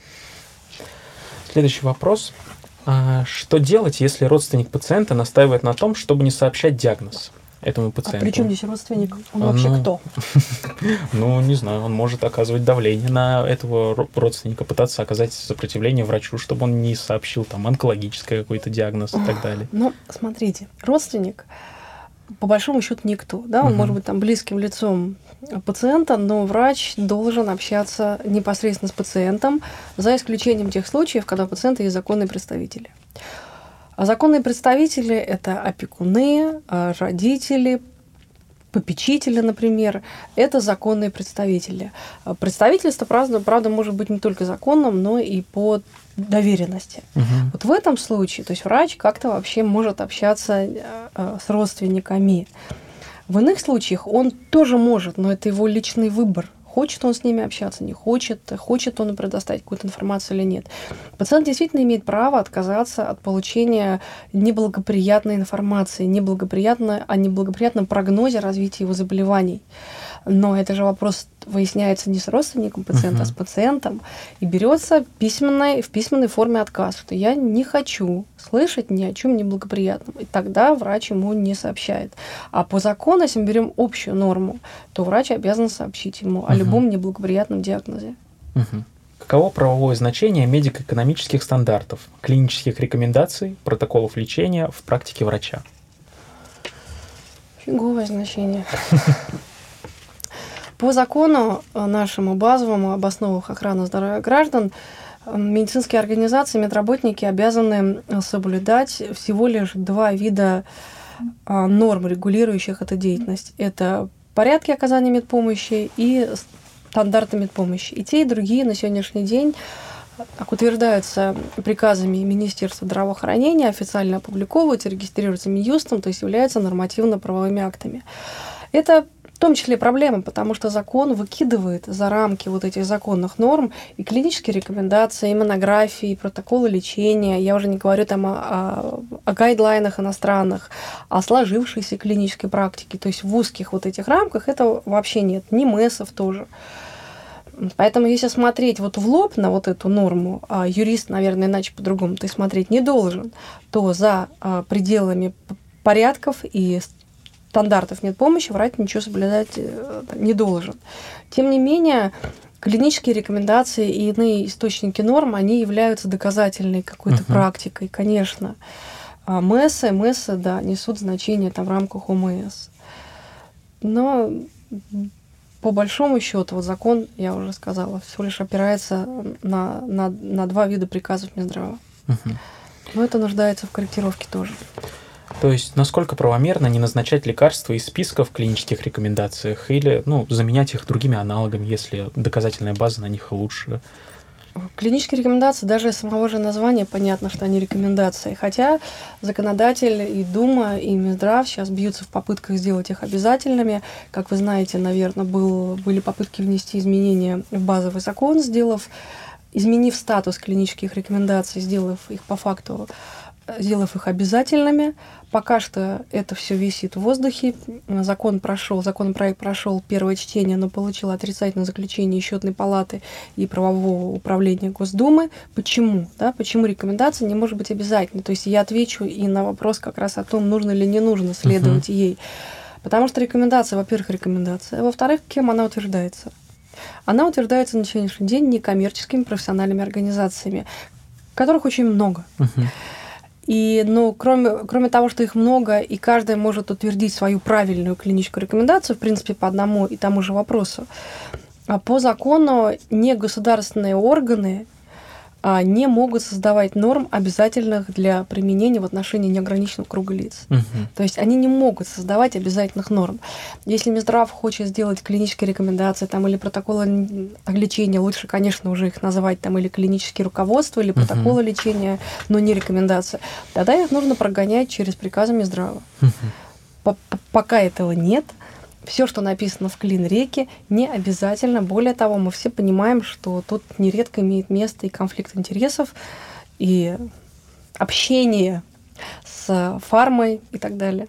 Следующий вопрос. Что делать, если родственник пациента настаивает на том, чтобы не сообщать диагноз этому пациенту? А при чем здесь родственник? Он вообще кто? Ну, не знаю, он может оказывать давление на этого родственника, пытаться оказать сопротивление врачу, чтобы он не сообщил там онкологический какой-то диагноз и так далее. Ну, смотрите, родственник, по большому счету, никто. Да? Он может быть там близким лицом пациента, но врач должен общаться непосредственно с пациентом, за исключением тех случаев, когда у пациента есть законные представители. А законные представители – это опекуны, родители, попечители, например. Это законные представители. Представительство, правда, может быть не только законным, но и по доверенности. Вот в этом случае, то есть врач как-то вообще может общаться с родственниками. В иных случаях он тоже может, но это его личный выбор. Хочет он с ними общаться, не хочет, хочет он предоставить какую-то информацию или нет. Пациент действительно имеет право отказаться от получения неблагоприятной информации, о неблагоприятном прогнозе развития его заболеваний. Но это же вопрос выясняется не с родственником пациента, а с пациентом, и берется в письменной форме отказ, что я не хочу слышать ни о чем неблагоприятном. И тогда врач ему не сообщает. А по закону, если мы берем общую норму, то врач обязан сообщить ему о любом неблагоприятном диагнозе. Каково правовое значение медико-экономических стандартов, клинических рекомендаций, протоколов лечения в практике врача? Фиговое значение. По закону нашему базовому об основах охраны здоровья граждан медицинские организации, медработники обязаны соблюдать всего лишь 2 вида норм, регулирующих эту деятельность. Это порядки оказания медпомощи и стандарты медпомощи. И те, и другие на сегодняшний день утверждаются приказами Министерства здравоохранения, официально опубликовываются, регистрируются Минюстом, то есть являются нормативно-правовыми актами. Это в том числе проблема, потому что закон выкидывает за рамки вот этих законных норм и клинические рекомендации, и монографии, и протоколы лечения. Я уже не говорю там о гайдлайнах иностранных, о сложившейся клинической практике. То есть в узких вот этих рамках этого вообще нет. Ни МЭСов тоже. Поэтому если смотреть вот в лоб на вот эту норму, а юрист, наверное, иначе по-другому ты смотреть не должен, то за пределами порядков и стандартов медпомощи врач ничего соблюдать не должен. Тем не менее, клинические рекомендации и иные источники норм, они являются доказательной какой-то практикой, конечно. МЭСы, да, несут значение там в рамках ОМС. Но по большому счету, вот закон, я уже сказала, всего лишь опирается на 2 вида приказов Минздрава. Но это нуждается в корректировке тоже. То есть, насколько правомерно не назначать лекарства из списка в клинических рекомендациях или заменять их другими аналогами, если доказательная база на них лучше? Клинические рекомендации, даже из самого же названия понятно, что они рекомендации. Хотя законодатель и Дума, и Минздрав сейчас бьются в попытках сделать их обязательными. Как вы знаете, наверное, были попытки внести изменения в базовый закон, изменив статус клинических рекомендаций, сделав их по факту, сделав их обязательными. Пока что это все висит в воздухе. Законопроект прошел первое чтение, но получил отрицательное заключение Счетной палаты и правового управления Госдумы. Почему? Да? Почему рекомендация не может быть обязательной? То есть я отвечу и на вопрос как раз о том, нужно или не нужно следовать ей. Потому что рекомендация, во-первых, рекомендация, а во-вторых, кем она утверждается? Она утверждается на сегодняшний день некоммерческими профессиональными организациями, которых очень много. Но кроме того, что их много, и каждая может утвердить свою правильную клиническую рекомендацию, в принципе, по одному и тому же вопросу, по закону негосударственные органы не могут создавать норм, обязательных для применения в отношении неограниченного круга лиц. То есть они не могут создавать обязательных норм. Если Минздрав хочет сделать клинические рекомендации или протоколы лечения, лучше, конечно, уже их называть или клинические руководства, или протоколы лечения, но не рекомендации, тогда их нужно прогонять через приказы Минздрава. Пока этого нет, все, что написано в Клинреке, не обязательно. Более того, мы все понимаем, что тут нередко имеет место и конфликт интересов, и общение с фармой и так далее.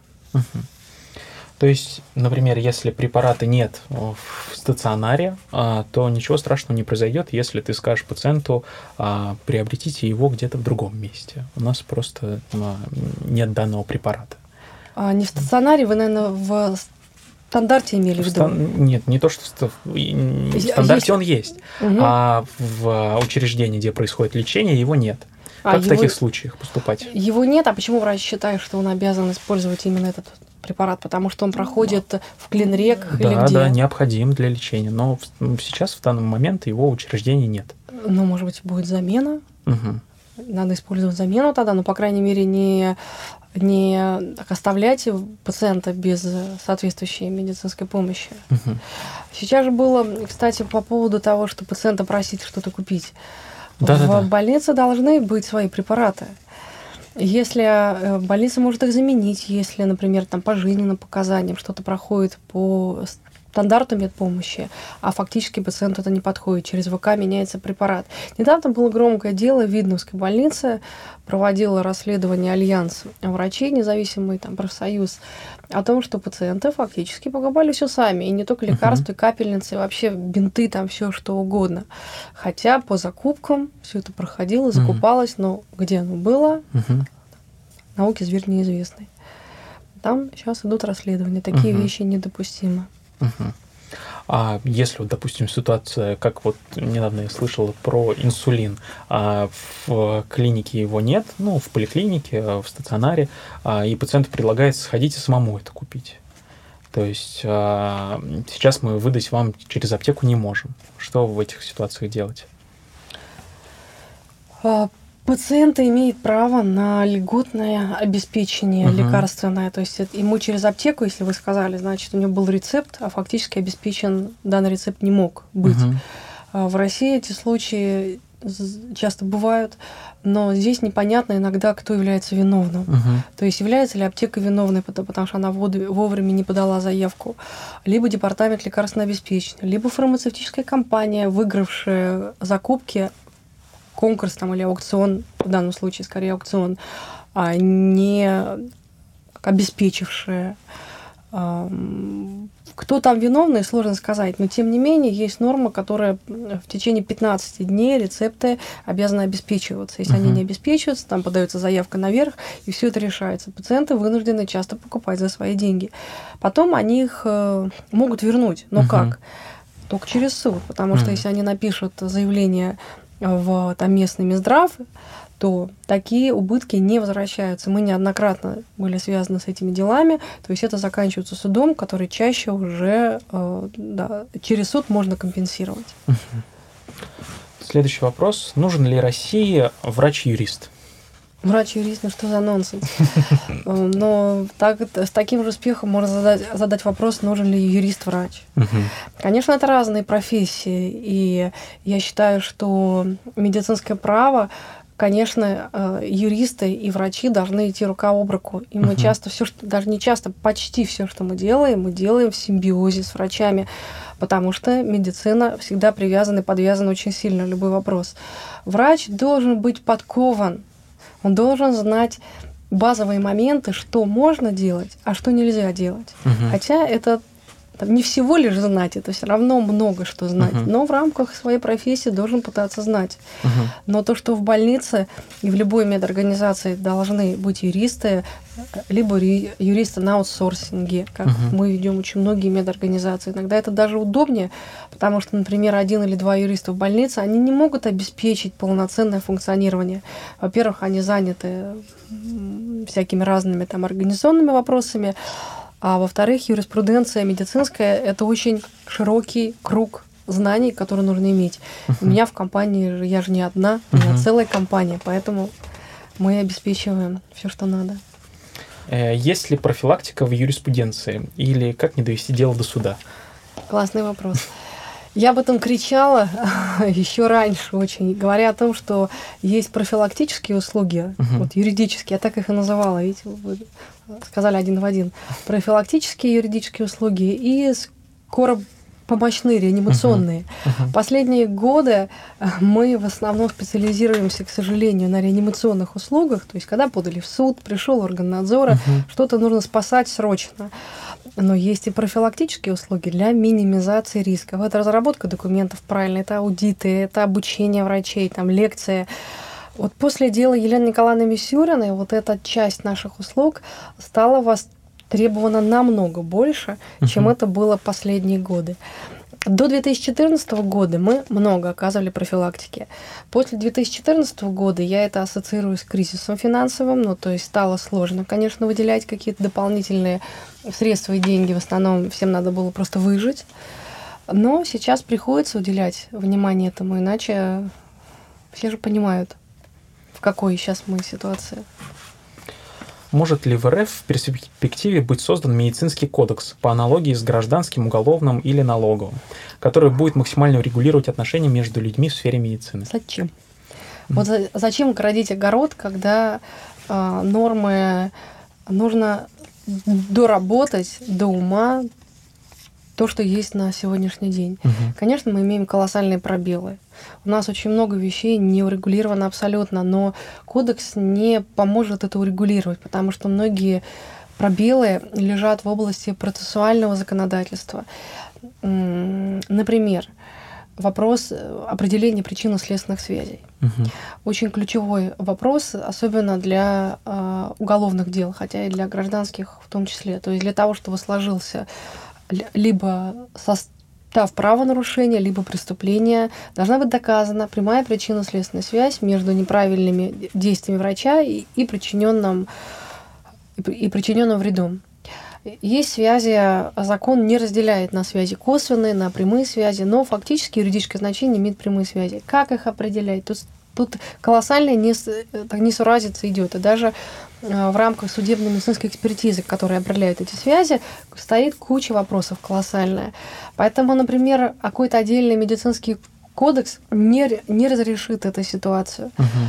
То есть, например, если препарата нет в стационаре, то ничего страшного не произойдет, если ты скажешь пациенту, приобретите его где-то в другом месте. У нас просто нет данного препарата. Не в стационаре, вы, наверное, в стандарте имели в виду? Нет, не то, что в стандарте он есть, а в учреждении, где происходит лечение, его нет. Как в таких случаях поступать? Его нет, а почему врач считает, что он обязан использовать именно этот препарат? Потому что он проходит в Клинрек или где? Да, необходим для лечения, но сейчас в данный момент его учреждения нет. Может быть, будет замена? Надо использовать замену тогда, но, по крайней мере, не оставлять пациента без соответствующей медицинской помощи. Сейчас же было, кстати, по поводу того, что пациента просить что-то купить. В больнице должны быть свои препараты. Если больница может их заменить, если, например, по жизненным показаниям что-то проходит по стандарту медпомощи, а фактически пациенту это не подходит. Через ВК меняется препарат. Недавно было громкое дело в Видновской больнице, проводила расследование Альянс врачей, независимый профсоюз, о том, что пациенты фактически покупали все сами, и не только лекарства, и капельницы, и вообще бинты, все что угодно. Хотя по закупкам все это проходило, закупалось, но где оно было, науке зверь неизвестный. Там сейчас идут расследования, такие вещи недопустимы. А если, допустим, ситуация, как недавно я слышал про инсулин, в клинике его нет, в поликлинике, в стационаре, и пациенту предлагается сходить и самому это купить. То есть сейчас мы выдать вам через аптеку не можем. Что в этих ситуациях делать? Пациент имеет право на льготное обеспечение лекарственное. То есть ему через аптеку, если вы сказали, значит, у него был рецепт, а фактически обеспечен данный рецепт не мог быть. В России эти случаи часто бывают, но здесь непонятно иногда, кто является виновным. То есть является ли аптека виновной, потому что она вовремя не подала заявку, либо департамент лекарственного обеспечения, либо фармацевтическая компания, выигравшая закупки, конкурс или аукцион, в данном случае скорее аукцион, не обеспечившая. Кто там виновный, сложно сказать, но тем не менее есть норма, которая в течение 15 дней рецепты обязаны обеспечиваться. Если они не обеспечиваются, там подается заявка наверх, и все это решается. Пациенты вынуждены часто покупать за свои деньги. Потом они их могут вернуть. Но как? Только через суд, потому что если они напишут заявление в местный Минздрав, то такие убытки не возвращаются. Мы неоднократно были связаны с этими делами, то есть это заканчивается судом, который чаще уже через суд можно компенсировать. Следующий вопрос. Нужен ли России врач-юрист? Врач-юрист, ну что за нонсенс? Но с таким же успехом можно задать вопрос, нужен ли юрист-врач. Конечно, это разные профессии, и я считаю, что медицинское право, конечно, юристы и врачи должны идти рука об руку. И мы часто даже не часто, почти все, что мы делаем в симбиозе с врачами, потому что медицина всегда привязана и подвязана очень сильно, любой вопрос. Врач должен быть подкован, он должен знать базовые моменты, что можно делать, а что нельзя делать. Хотя это не всего лишь знать, это все равно много что знать, но в рамках своей профессии должен пытаться знать. Но то, что в больнице и в любой медорганизации должны быть юристы, либо юристы на аутсорсинге, как мы ведем очень многие медорганизации. Иногда это даже удобнее, потому что, например, 1 или 2 юриста в больнице, они не могут обеспечить полноценное функционирование. Во-первых, они заняты всякими разными там организационными вопросами, а во-вторых, юриспруденция медицинская – это очень широкий круг знаний, которые нужно иметь. У меня в компании, я же не одна, у меня целая компания, поэтому мы обеспечиваем все, что надо. Есть ли профилактика в юриспруденции или как не довести дело до суда? Классный вопрос. Я об этом кричала еще раньше очень, говоря о том, что есть профилактические услуги, вот юридические, я так их и называла, видите, вы сказали один в один. Профилактические юридические услуги и скоропомощные, реанимационные. Последние годы мы в основном специализируемся, к сожалению, на реанимационных услугах, то есть когда подали в суд, пришел орган надзора, что-то нужно спасать срочно. Но есть и профилактические услуги для минимизации рисков. Это разработка документов правильно, это аудиты, это обучение врачей, там, лекции. Вот после дела Елены Николаевны Мисюриной вот эта часть наших услуг стала востребована намного больше, чем это было последние годы. До 2014 года мы много оказывали профилактики. После 2014 года я это ассоциирую с кризисом финансовым, ну, то есть стало сложно, конечно, выделять какие-то дополнительные средства и деньги. В основном всем надо было просто выжить. Но сейчас приходится уделять внимание этому, иначе все же понимают, в какой сейчас мы ситуации. Может ли в РФ в перспективе быть создан медицинский кодекс по аналогии с гражданским, уголовным или налоговым, который будет максимально регулировать отношения между людьми в сфере медицины? Зачем? Вот зачем городить огород, когда нормы нужно доработать до ума то, что есть на сегодняшний день. Конечно, мы имеем колоссальные пробелы. У нас очень много вещей не урегулировано абсолютно, но кодекс не поможет это урегулировать, потому что многие пробелы лежат в области процессуального законодательства. Например, вопрос определения причинно-следственных связей. Очень ключевой вопрос, особенно для уголовных дел, хотя и для гражданских в том числе. То есть для того, чтобы сложился либо состав правонарушения, либо преступления, должна быть доказана прямая причинно-следственная связь между неправильными действиями врача и причиненным вредом. Есть связи, закон не разделяет на связи косвенные, на прямые связи, но фактически юридическое значение имеет прямые связи. Как их определять? Тут колоссальная несуразица идет. И даже в рамках судебно-медицинской экспертизы, которая определяет эти связи, стоит куча вопросов колоссальная. Поэтому, например, какой-то отдельный медицинский кодекс не разрешит эту ситуацию.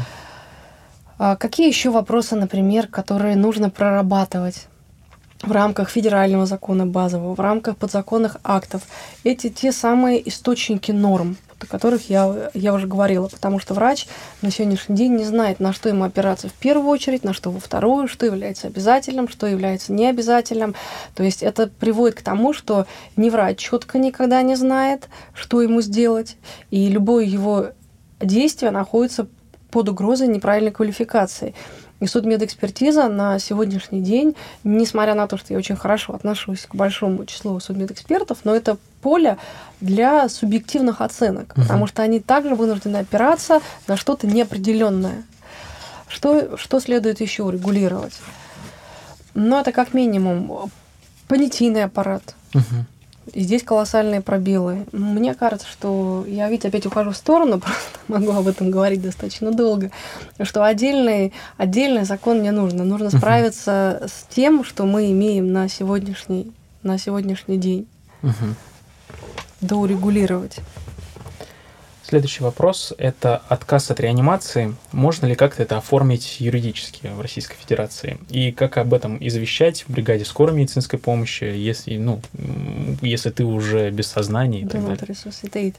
Какие еще вопросы, например, которые нужно прорабатывать в рамках федерального закона базового, в рамках подзаконных актов? Это те самые источники норм, о которых я уже говорила, потому что врач на сегодняшний день не знает, на что ему опираться в первую очередь, на что во вторую, что является обязательным, что является необязательным. То есть это приводит к тому, что ни врач четко никогда не знает, что ему сделать, и любое его действие находится под угрозой неправильной квалификации. И судмедэкспертиза на сегодняшний день, несмотря на то, что я очень хорошо отношусь к большому числу судмедэкспертов, но это поле для субъективных оценок, потому что они также вынуждены опираться на что-то неопределенное. Что следует еще урегулировать? Ну, это как минимум понятийный аппарат. И здесь колоссальные пробелы. Мне кажется, что я, ведь опять ухожу в сторону, просто могу об этом говорить достаточно долго, что отдельный закон не нужно. Нужно справиться с тем, что мы имеем на сегодняшний день. Доурегулировать. Следующий вопрос – это отказ от реанимации. Можно ли как-то это оформить юридически в Российской Федерации? И как об этом извещать в бригаде скорой медицинской помощи, если ты уже без сознания и так далее?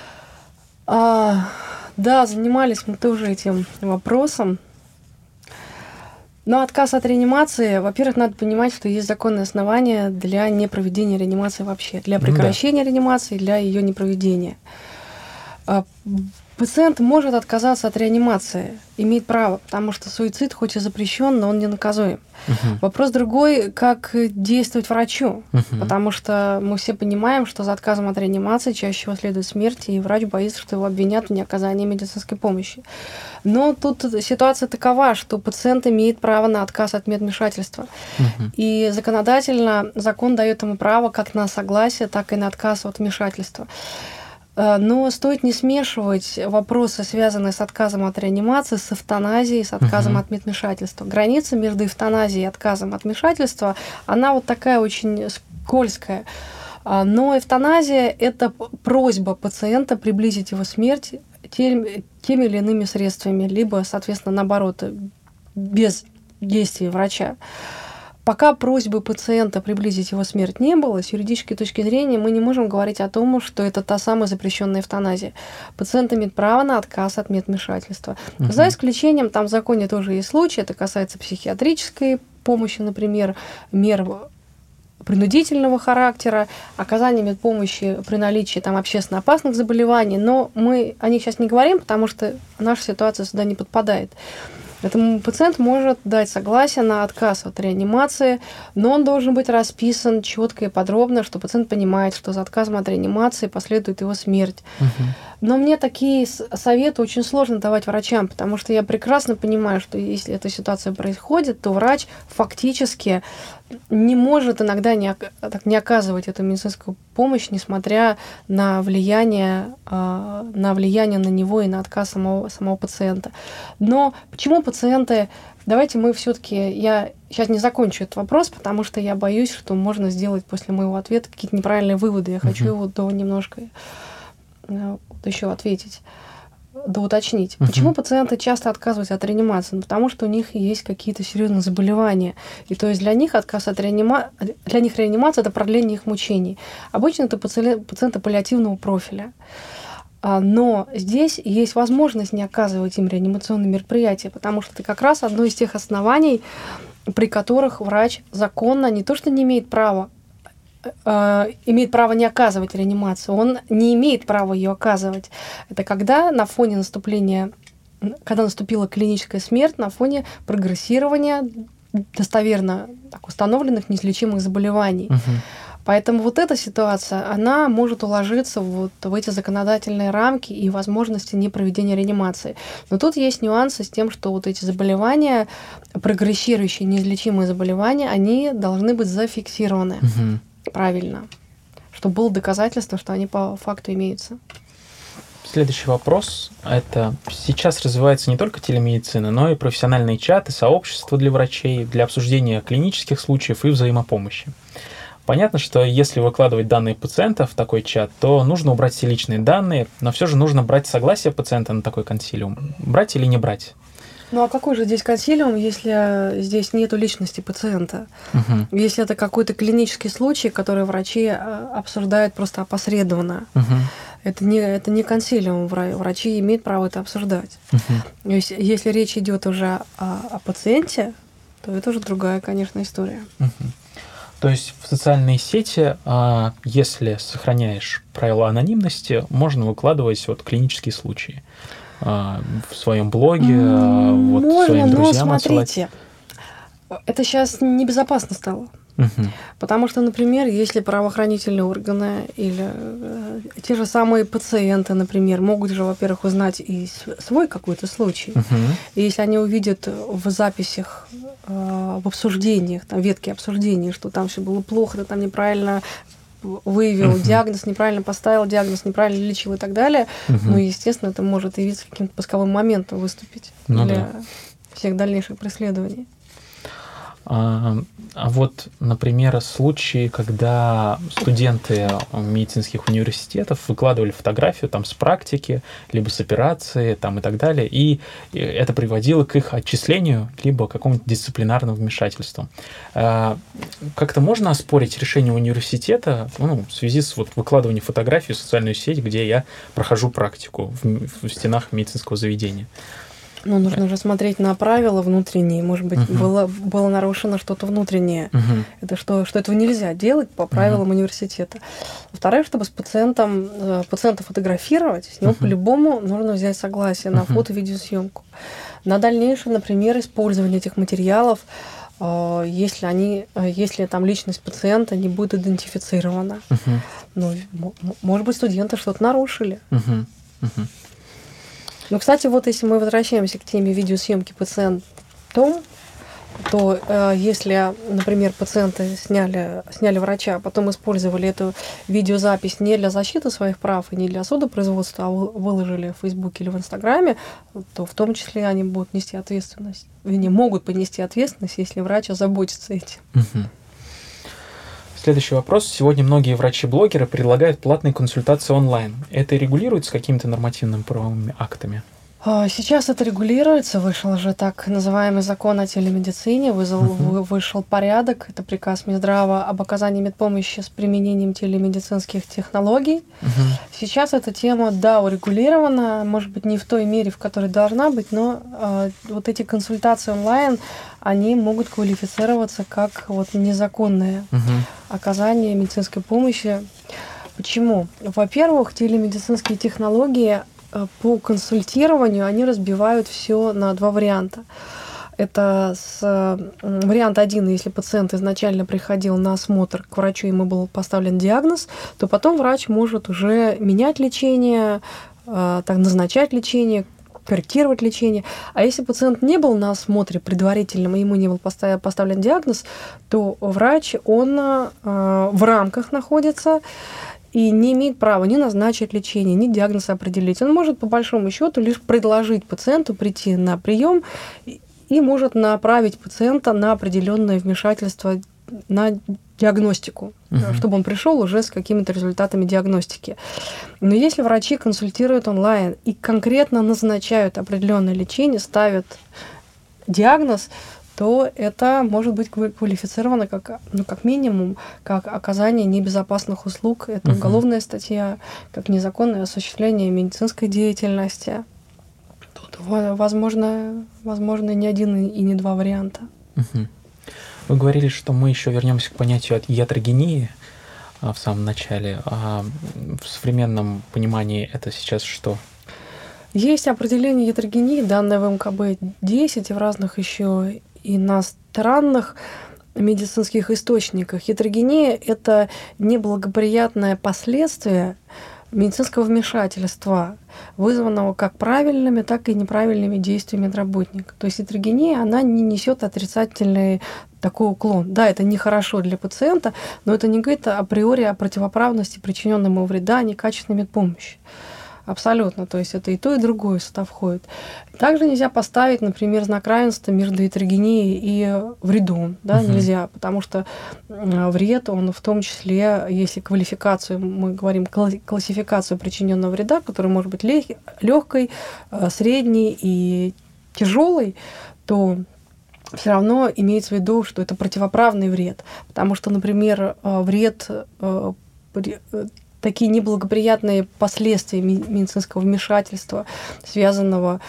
Да, занимались мы тоже этим вопросом. Но отказ от реанимации, во-первых, надо понимать, что есть законные основания для непроведения реанимации вообще, для прекращения реанимации, для ее непроведения. Пациент может отказаться от реанимации, имеет право, потому что суицид хоть и запрещен, но он не наказуем. Вопрос другой, как действовать врачу, потому что мы все понимаем, что за отказом от реанимации чаще всего следует смерть, и врач боится, что его обвинят в неоказании медицинской помощи. Но тут ситуация такова, что пациент имеет право на отказ от медвмешательства. И законодательно закон дает ему право как на согласие, так и на отказ от вмешательства. Но стоит не смешивать вопросы, связанные с отказом от реанимации, с эвтаназией, с отказом от медвмешательства. Граница между эвтаназией и отказом от вмешательства, она вот такая очень скользкая. Но эвтаназия – это просьба пациента приблизить его смерть теми или иными средствами, либо, соответственно, наоборот, без действия врача. Пока просьбы пациента приблизить его смерть не было, с юридической точки зрения мы не можем говорить о том, что это та самая запрещенная эвтаназия. Пациент имеет право на отказ от медвмешательства. За исключением, там в законе тоже есть случаи, это касается психиатрической помощи, например, мер принудительного характера, оказания медпомощи при наличии там общественно опасных заболеваний, но мы о них сейчас не говорим, потому что наша ситуация сюда не подпадает. Поэтому пациент может дать согласие на отказ от реанимации, но он должен быть расписан четко и подробно, что пациент понимает, что за отказом от реанимации последует его смерть. Но мне такие советы очень сложно давать врачам, потому что я прекрасно понимаю, что если эта ситуация происходит, то врач фактически не может иногда не оказывать эту медицинскую помощь, несмотря на влияние на него и на отказ самого пациента. Но почему пациенты... Давайте мы все-таки... Я сейчас не закончу этот вопрос, потому что я боюсь, что можно сделать после моего ответа какие-то неправильные выводы. Я хочу его немножко еще ответить, доуточнить. Почему пациенты часто отказываются от реанимации? Ну, потому что у них есть какие-то серьезные заболевания. И то есть для них реанимация – это продление их мучений. Обычно это пациенты паллиативного профиля. Но здесь есть возможность не оказывать им реанимационные мероприятия, потому что это как раз одно из тех оснований, при которых врач законно не то что не имеет права не оказывать реанимацию, он не имеет права ее оказывать. Это когда на фоне когда наступила клиническая смерть, на фоне прогрессирования достоверно установленных неизлечимых заболеваний. Поэтому вот эта ситуация, она может уложиться вот в эти законодательные рамки и возможности непроведения реанимации. Но тут есть нюансы с тем, что вот эти заболевания, прогрессирующие неизлечимые заболевания, они должны быть зафиксированы правильно, чтобы было доказательство, что они по факту имеются. Следующий вопрос. Это сейчас развивается не только телемедицина, но и профессиональные чаты, сообщества для врачей, для обсуждения клинических случаев и взаимопомощи. Понятно, что если выкладывать данные пациента в такой чат, то нужно убрать все личные данные, но все же нужно брать согласие пациента на такой консилиум. Брать или не брать? Ну а какой же здесь консилиум, если здесь нету личности пациента? Если это какой-то клинический случай, который врачи обсуждают просто опосредованно. Это не консилиум, врачи имеют право это обсуждать. Если речь идет уже о пациенте, то это уже другая, конечно, история. То есть в социальные сети, если сохраняешь правила анонимности, можно выкладывать клинические случаи в своем блоге, можно, своим друзьям но смотрите, это сейчас небезопасно стало. Потому что, например, если правоохранительные органы или те же самые пациенты, например, могут же, во-первых, узнать и свой какой-то случай. И если они увидят в записях, в обсуждениях, там ветки обсуждений, что там все было плохо, там неправильно выявил диагноз, неправильно поставил диагноз, неправильно лечил и так далее, ну, естественно, это может явиться каким-то пусковым моментом выступить для всех дальнейших преследований. А вот, например, случаи, когда студенты медицинских университетов выкладывали фотографию там с практики, либо с операции там, и так далее, и это приводило к их отчислению, либо к какому-то дисциплинарному вмешательству. Как-то можно оспорить решение университета в связи с выкладыванием фотографий в социальную сеть, где я прохожу практику в стенах медицинского заведения? Ну, нужно уже смотреть на правила внутренние. Может быть, было нарушено что-то внутреннее. Это что этого нельзя делать по правилам университета. Во-вторых, чтобы с пациента фотографировать, с него по-любому нужно взять согласие на фото-видеосъемку. На дальнейшее, например, использование этих материалов, если там личность пациента не будет идентифицирована. Ну, может быть, студенты что-то нарушили. Ну, кстати, вот если мы возвращаемся к теме видеосъемки пациентом, то если, например, пациенты сняли врача, а потом использовали эту видеозапись не для защиты своих прав и не для судопроизводства, а выложили в Фейсбуке или в Инстаграме, то в том числе они будут нести ответственность. Они могут понести ответственность, если врач озаботится этим. Следующий вопрос. Сегодня многие врачи-блогеры предлагают платные консультации онлайн. Это регулируется какими-то нормативными правовыми актами? Сейчас это регулируется. Вышел уже так называемый закон о телемедицине, вышел порядок. Это приказ Минздрава об оказании медпомощи с применением телемедицинских технологий. Сейчас эта тема, да, урегулирована, может быть, не в той мере, в которой должна быть, но вот эти консультации онлайн, они могут квалифицироваться как вот незаконное оказание медицинской помощи. Почему? Во-первых, телемедицинские технологии по консультированию, они разбивают все на два варианта. Это вариант один, если пациент изначально приходил на осмотр к врачу, ему был поставлен диагноз, то потом врач может уже менять лечение, назначать лечение, корректировать лечение. А если пациент не был на осмотре предварительном, и ему не был поставлен диагноз, то врач, он в рамках находится и не имеет права ни назначить лечение, ни диагноз определить. Он может, по большому счету, лишь предложить пациенту прийти на прием и может направить пациента на определенное вмешательство, на диагностику, чтобы он пришел уже с какими-то результатами диагностики. Но если врачи консультируют онлайн и конкретно назначают определенное лечение, ставят диагноз, то это может быть квалифицировано как минимум, как оказание небезопасных услуг. Это уголовная статья, как незаконное осуществление медицинской деятельности. Тут возможно не один и не два варианта. Вы говорили, что мы еще вернемся к понятию iatrogении в самом начале. А в современном понимании это сейчас что? Есть определение iatrogении, данное в МКБ-10 и в разных еще иностранных медицинских источниках. Iatrogения – это неблагоприятное последствие медицинского вмешательства, вызванного как правильными, так и неправильными действиями медработника. То есть iatrogения, она не несет отрицательный такой уклон. Да, это нехорошо для пациента, но это не говорит априори о противоправности причиненного ему вреда, некачественной медпомощи. Абсолютно. То есть это и то, и другое сюда входит. Также нельзя поставить, например, знак равенства между iatrogенией и вредом. Да? Нельзя, потому что вред, он в том числе, если квалификацию, мы говорим классификацию причиненного вреда, который может быть легкой, средней и тяжелой, то все равно имеется в виду, что это противоправный вред. Потому что, например, вред, такие неблагоприятные последствия медицинского вмешательства, связанные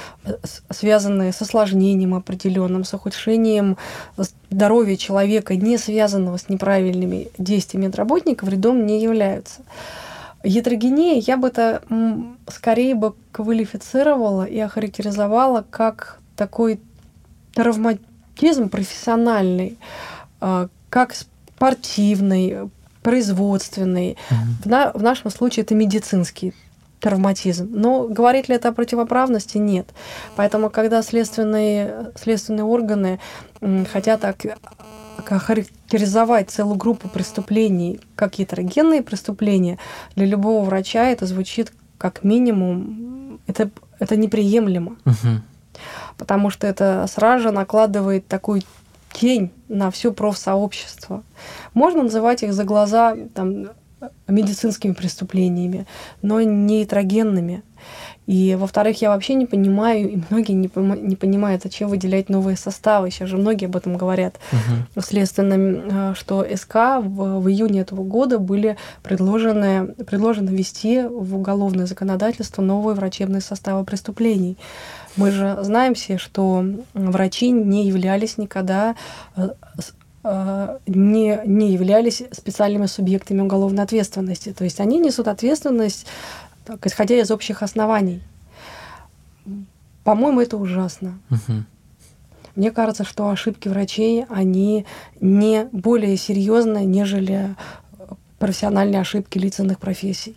с осложнением определенным, с ухудшением здоровья человека, не связанного с неправильными действиями медработника, вредом не являются. Iatrogения я бы это скорее бы квалифицировала и охарактеризовала как такой травматизм профессиональный, как спортивный, производственный. В нашем случае это медицинский травматизм. Но говорит ли это о противоправности? Нет. Поэтому, когда следственные органы хотят охарактеризовать целую группу преступлений как гетерогенные преступления, для любого врача это звучит как минимум, это неприемлемо. Потому что это сразу же накладывает такую тень на все профсообщество. Можно называть их за глаза там, медицинскими преступлениями, но не гетерогенными. И, во-вторых, я вообще не понимаю, и многие не понимают, зачем выделять новые составы. Сейчас же многие об этом говорят. Следственно, что СК в июне этого года были предложено ввести в уголовное законодательство новые врачебные составы преступлений. Мы же знаем все, что врачи не являлись никогда не являлись специальными субъектами уголовной ответственности. То есть они несут ответственность, исходя из общих оснований. По-моему, это ужасно. Мне кажется, что ошибки врачей, они не более серьезные, нежели профессиональные ошибки лиц иных профессий.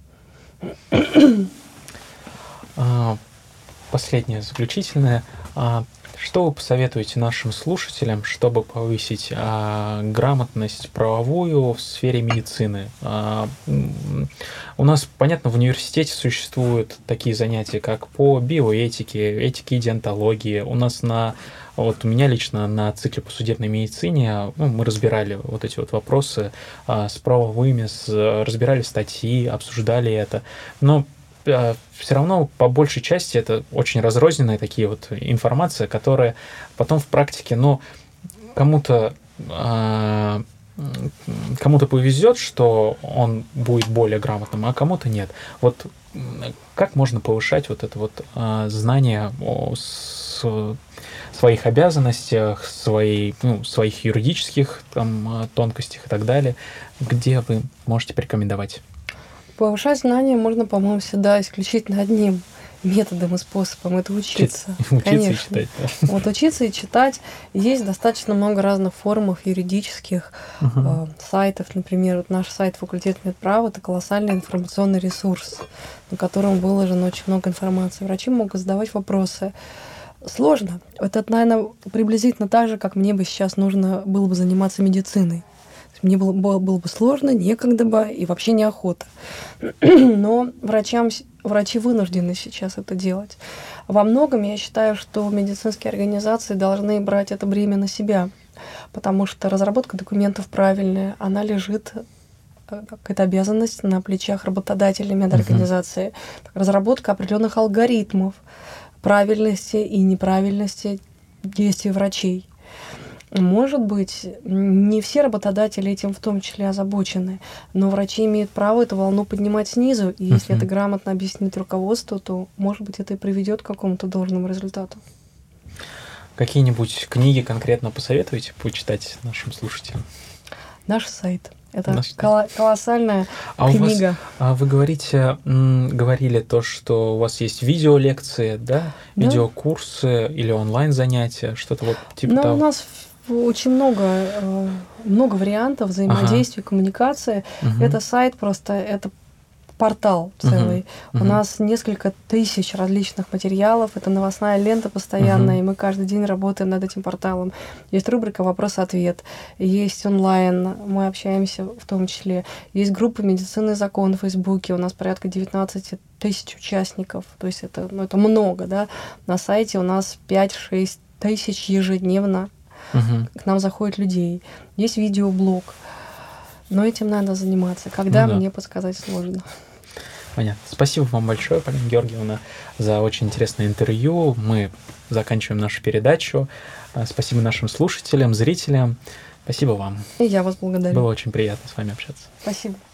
Последнее, заключительное. Что вы посоветуете нашим слушателям, чтобы повысить грамотность правовую в сфере медицины? У нас, понятно, в университете существуют такие занятия, как по биоэтике, этике и диентологии. У нас у меня лично на цикле по судебной медицине мы разбирали вот эти вот вопросы с правовыми, разбирали статьи, обсуждали это. Но все равно по большей части это очень разрозненные такие вот информация, которая потом в практике, кому-то повезет, что он будет более грамотным, а кому-то нет. Вот как можно повышать вот это вот знание о своих обязанностях, своих юридических тонкостях и так далее, где вы можете порекомендовать? Повышать знания можно, по-моему, всегда исключительно одним методом и способом. Это учиться. Учиться и читать. Да. Вот учиться и читать. Есть достаточно много разных форумов юридических, сайтов. Например, вот наш сайт «Факультет медправа» — это колоссальный информационный ресурс, на котором выложено очень много информации. Врачи могут задавать вопросы. Сложно. Это, наверное, приблизительно так же, как мне бы сейчас нужно было бы заниматься медициной. Мне было бы сложно, некогда бы и вообще неохота. Но врачи вынуждены сейчас это делать. Во многом я считаю, что медицинские организации должны брать это бремя на себя, потому что разработка документов правильная, она лежит, какая-то обязанность на плечах работодателей медорганизации. Разработка определенных алгоритмов правильности и неправильности действий врачей. Может быть, не все работодатели этим в том числе озабочены, но врачи имеют право эту волну поднимать снизу, и если это грамотно объяснить руководству, то, может быть, это и приведет к какому-то должному результату. Какие-нибудь книги конкретно посоветуете почитать нашим слушателям? Наш сайт. Это колоссальная книга. Вы говорили то, что у вас есть видеолекции, да? Видеокурсы или онлайн-занятия, что-то вот типа того? У нас очень много вариантов взаимодействия, коммуникации. Это сайт просто, это портал целый. У нас несколько тысяч различных материалов, это новостная лента постоянная, и мы каждый день работаем над этим порталом. Есть рубрика «Вопрос-ответ», есть онлайн, мы общаемся в том числе. Есть группа «Медицина и закон» в Фейсбуке, у нас порядка 19 тысяч участников, то есть это много, да. На сайте у нас 5-6 тысяч ежедневно к нам заходит людей. Есть видеоблог, но этим надо заниматься. Когда мне подсказать сложно. Понятно. Спасибо вам большое, Полина Георгиевна, за очень интересное интервью. Мы заканчиваем нашу передачу. Спасибо нашим слушателям, зрителям. Спасибо вам. И я вас благодарю. Было очень приятно с вами общаться. Спасибо.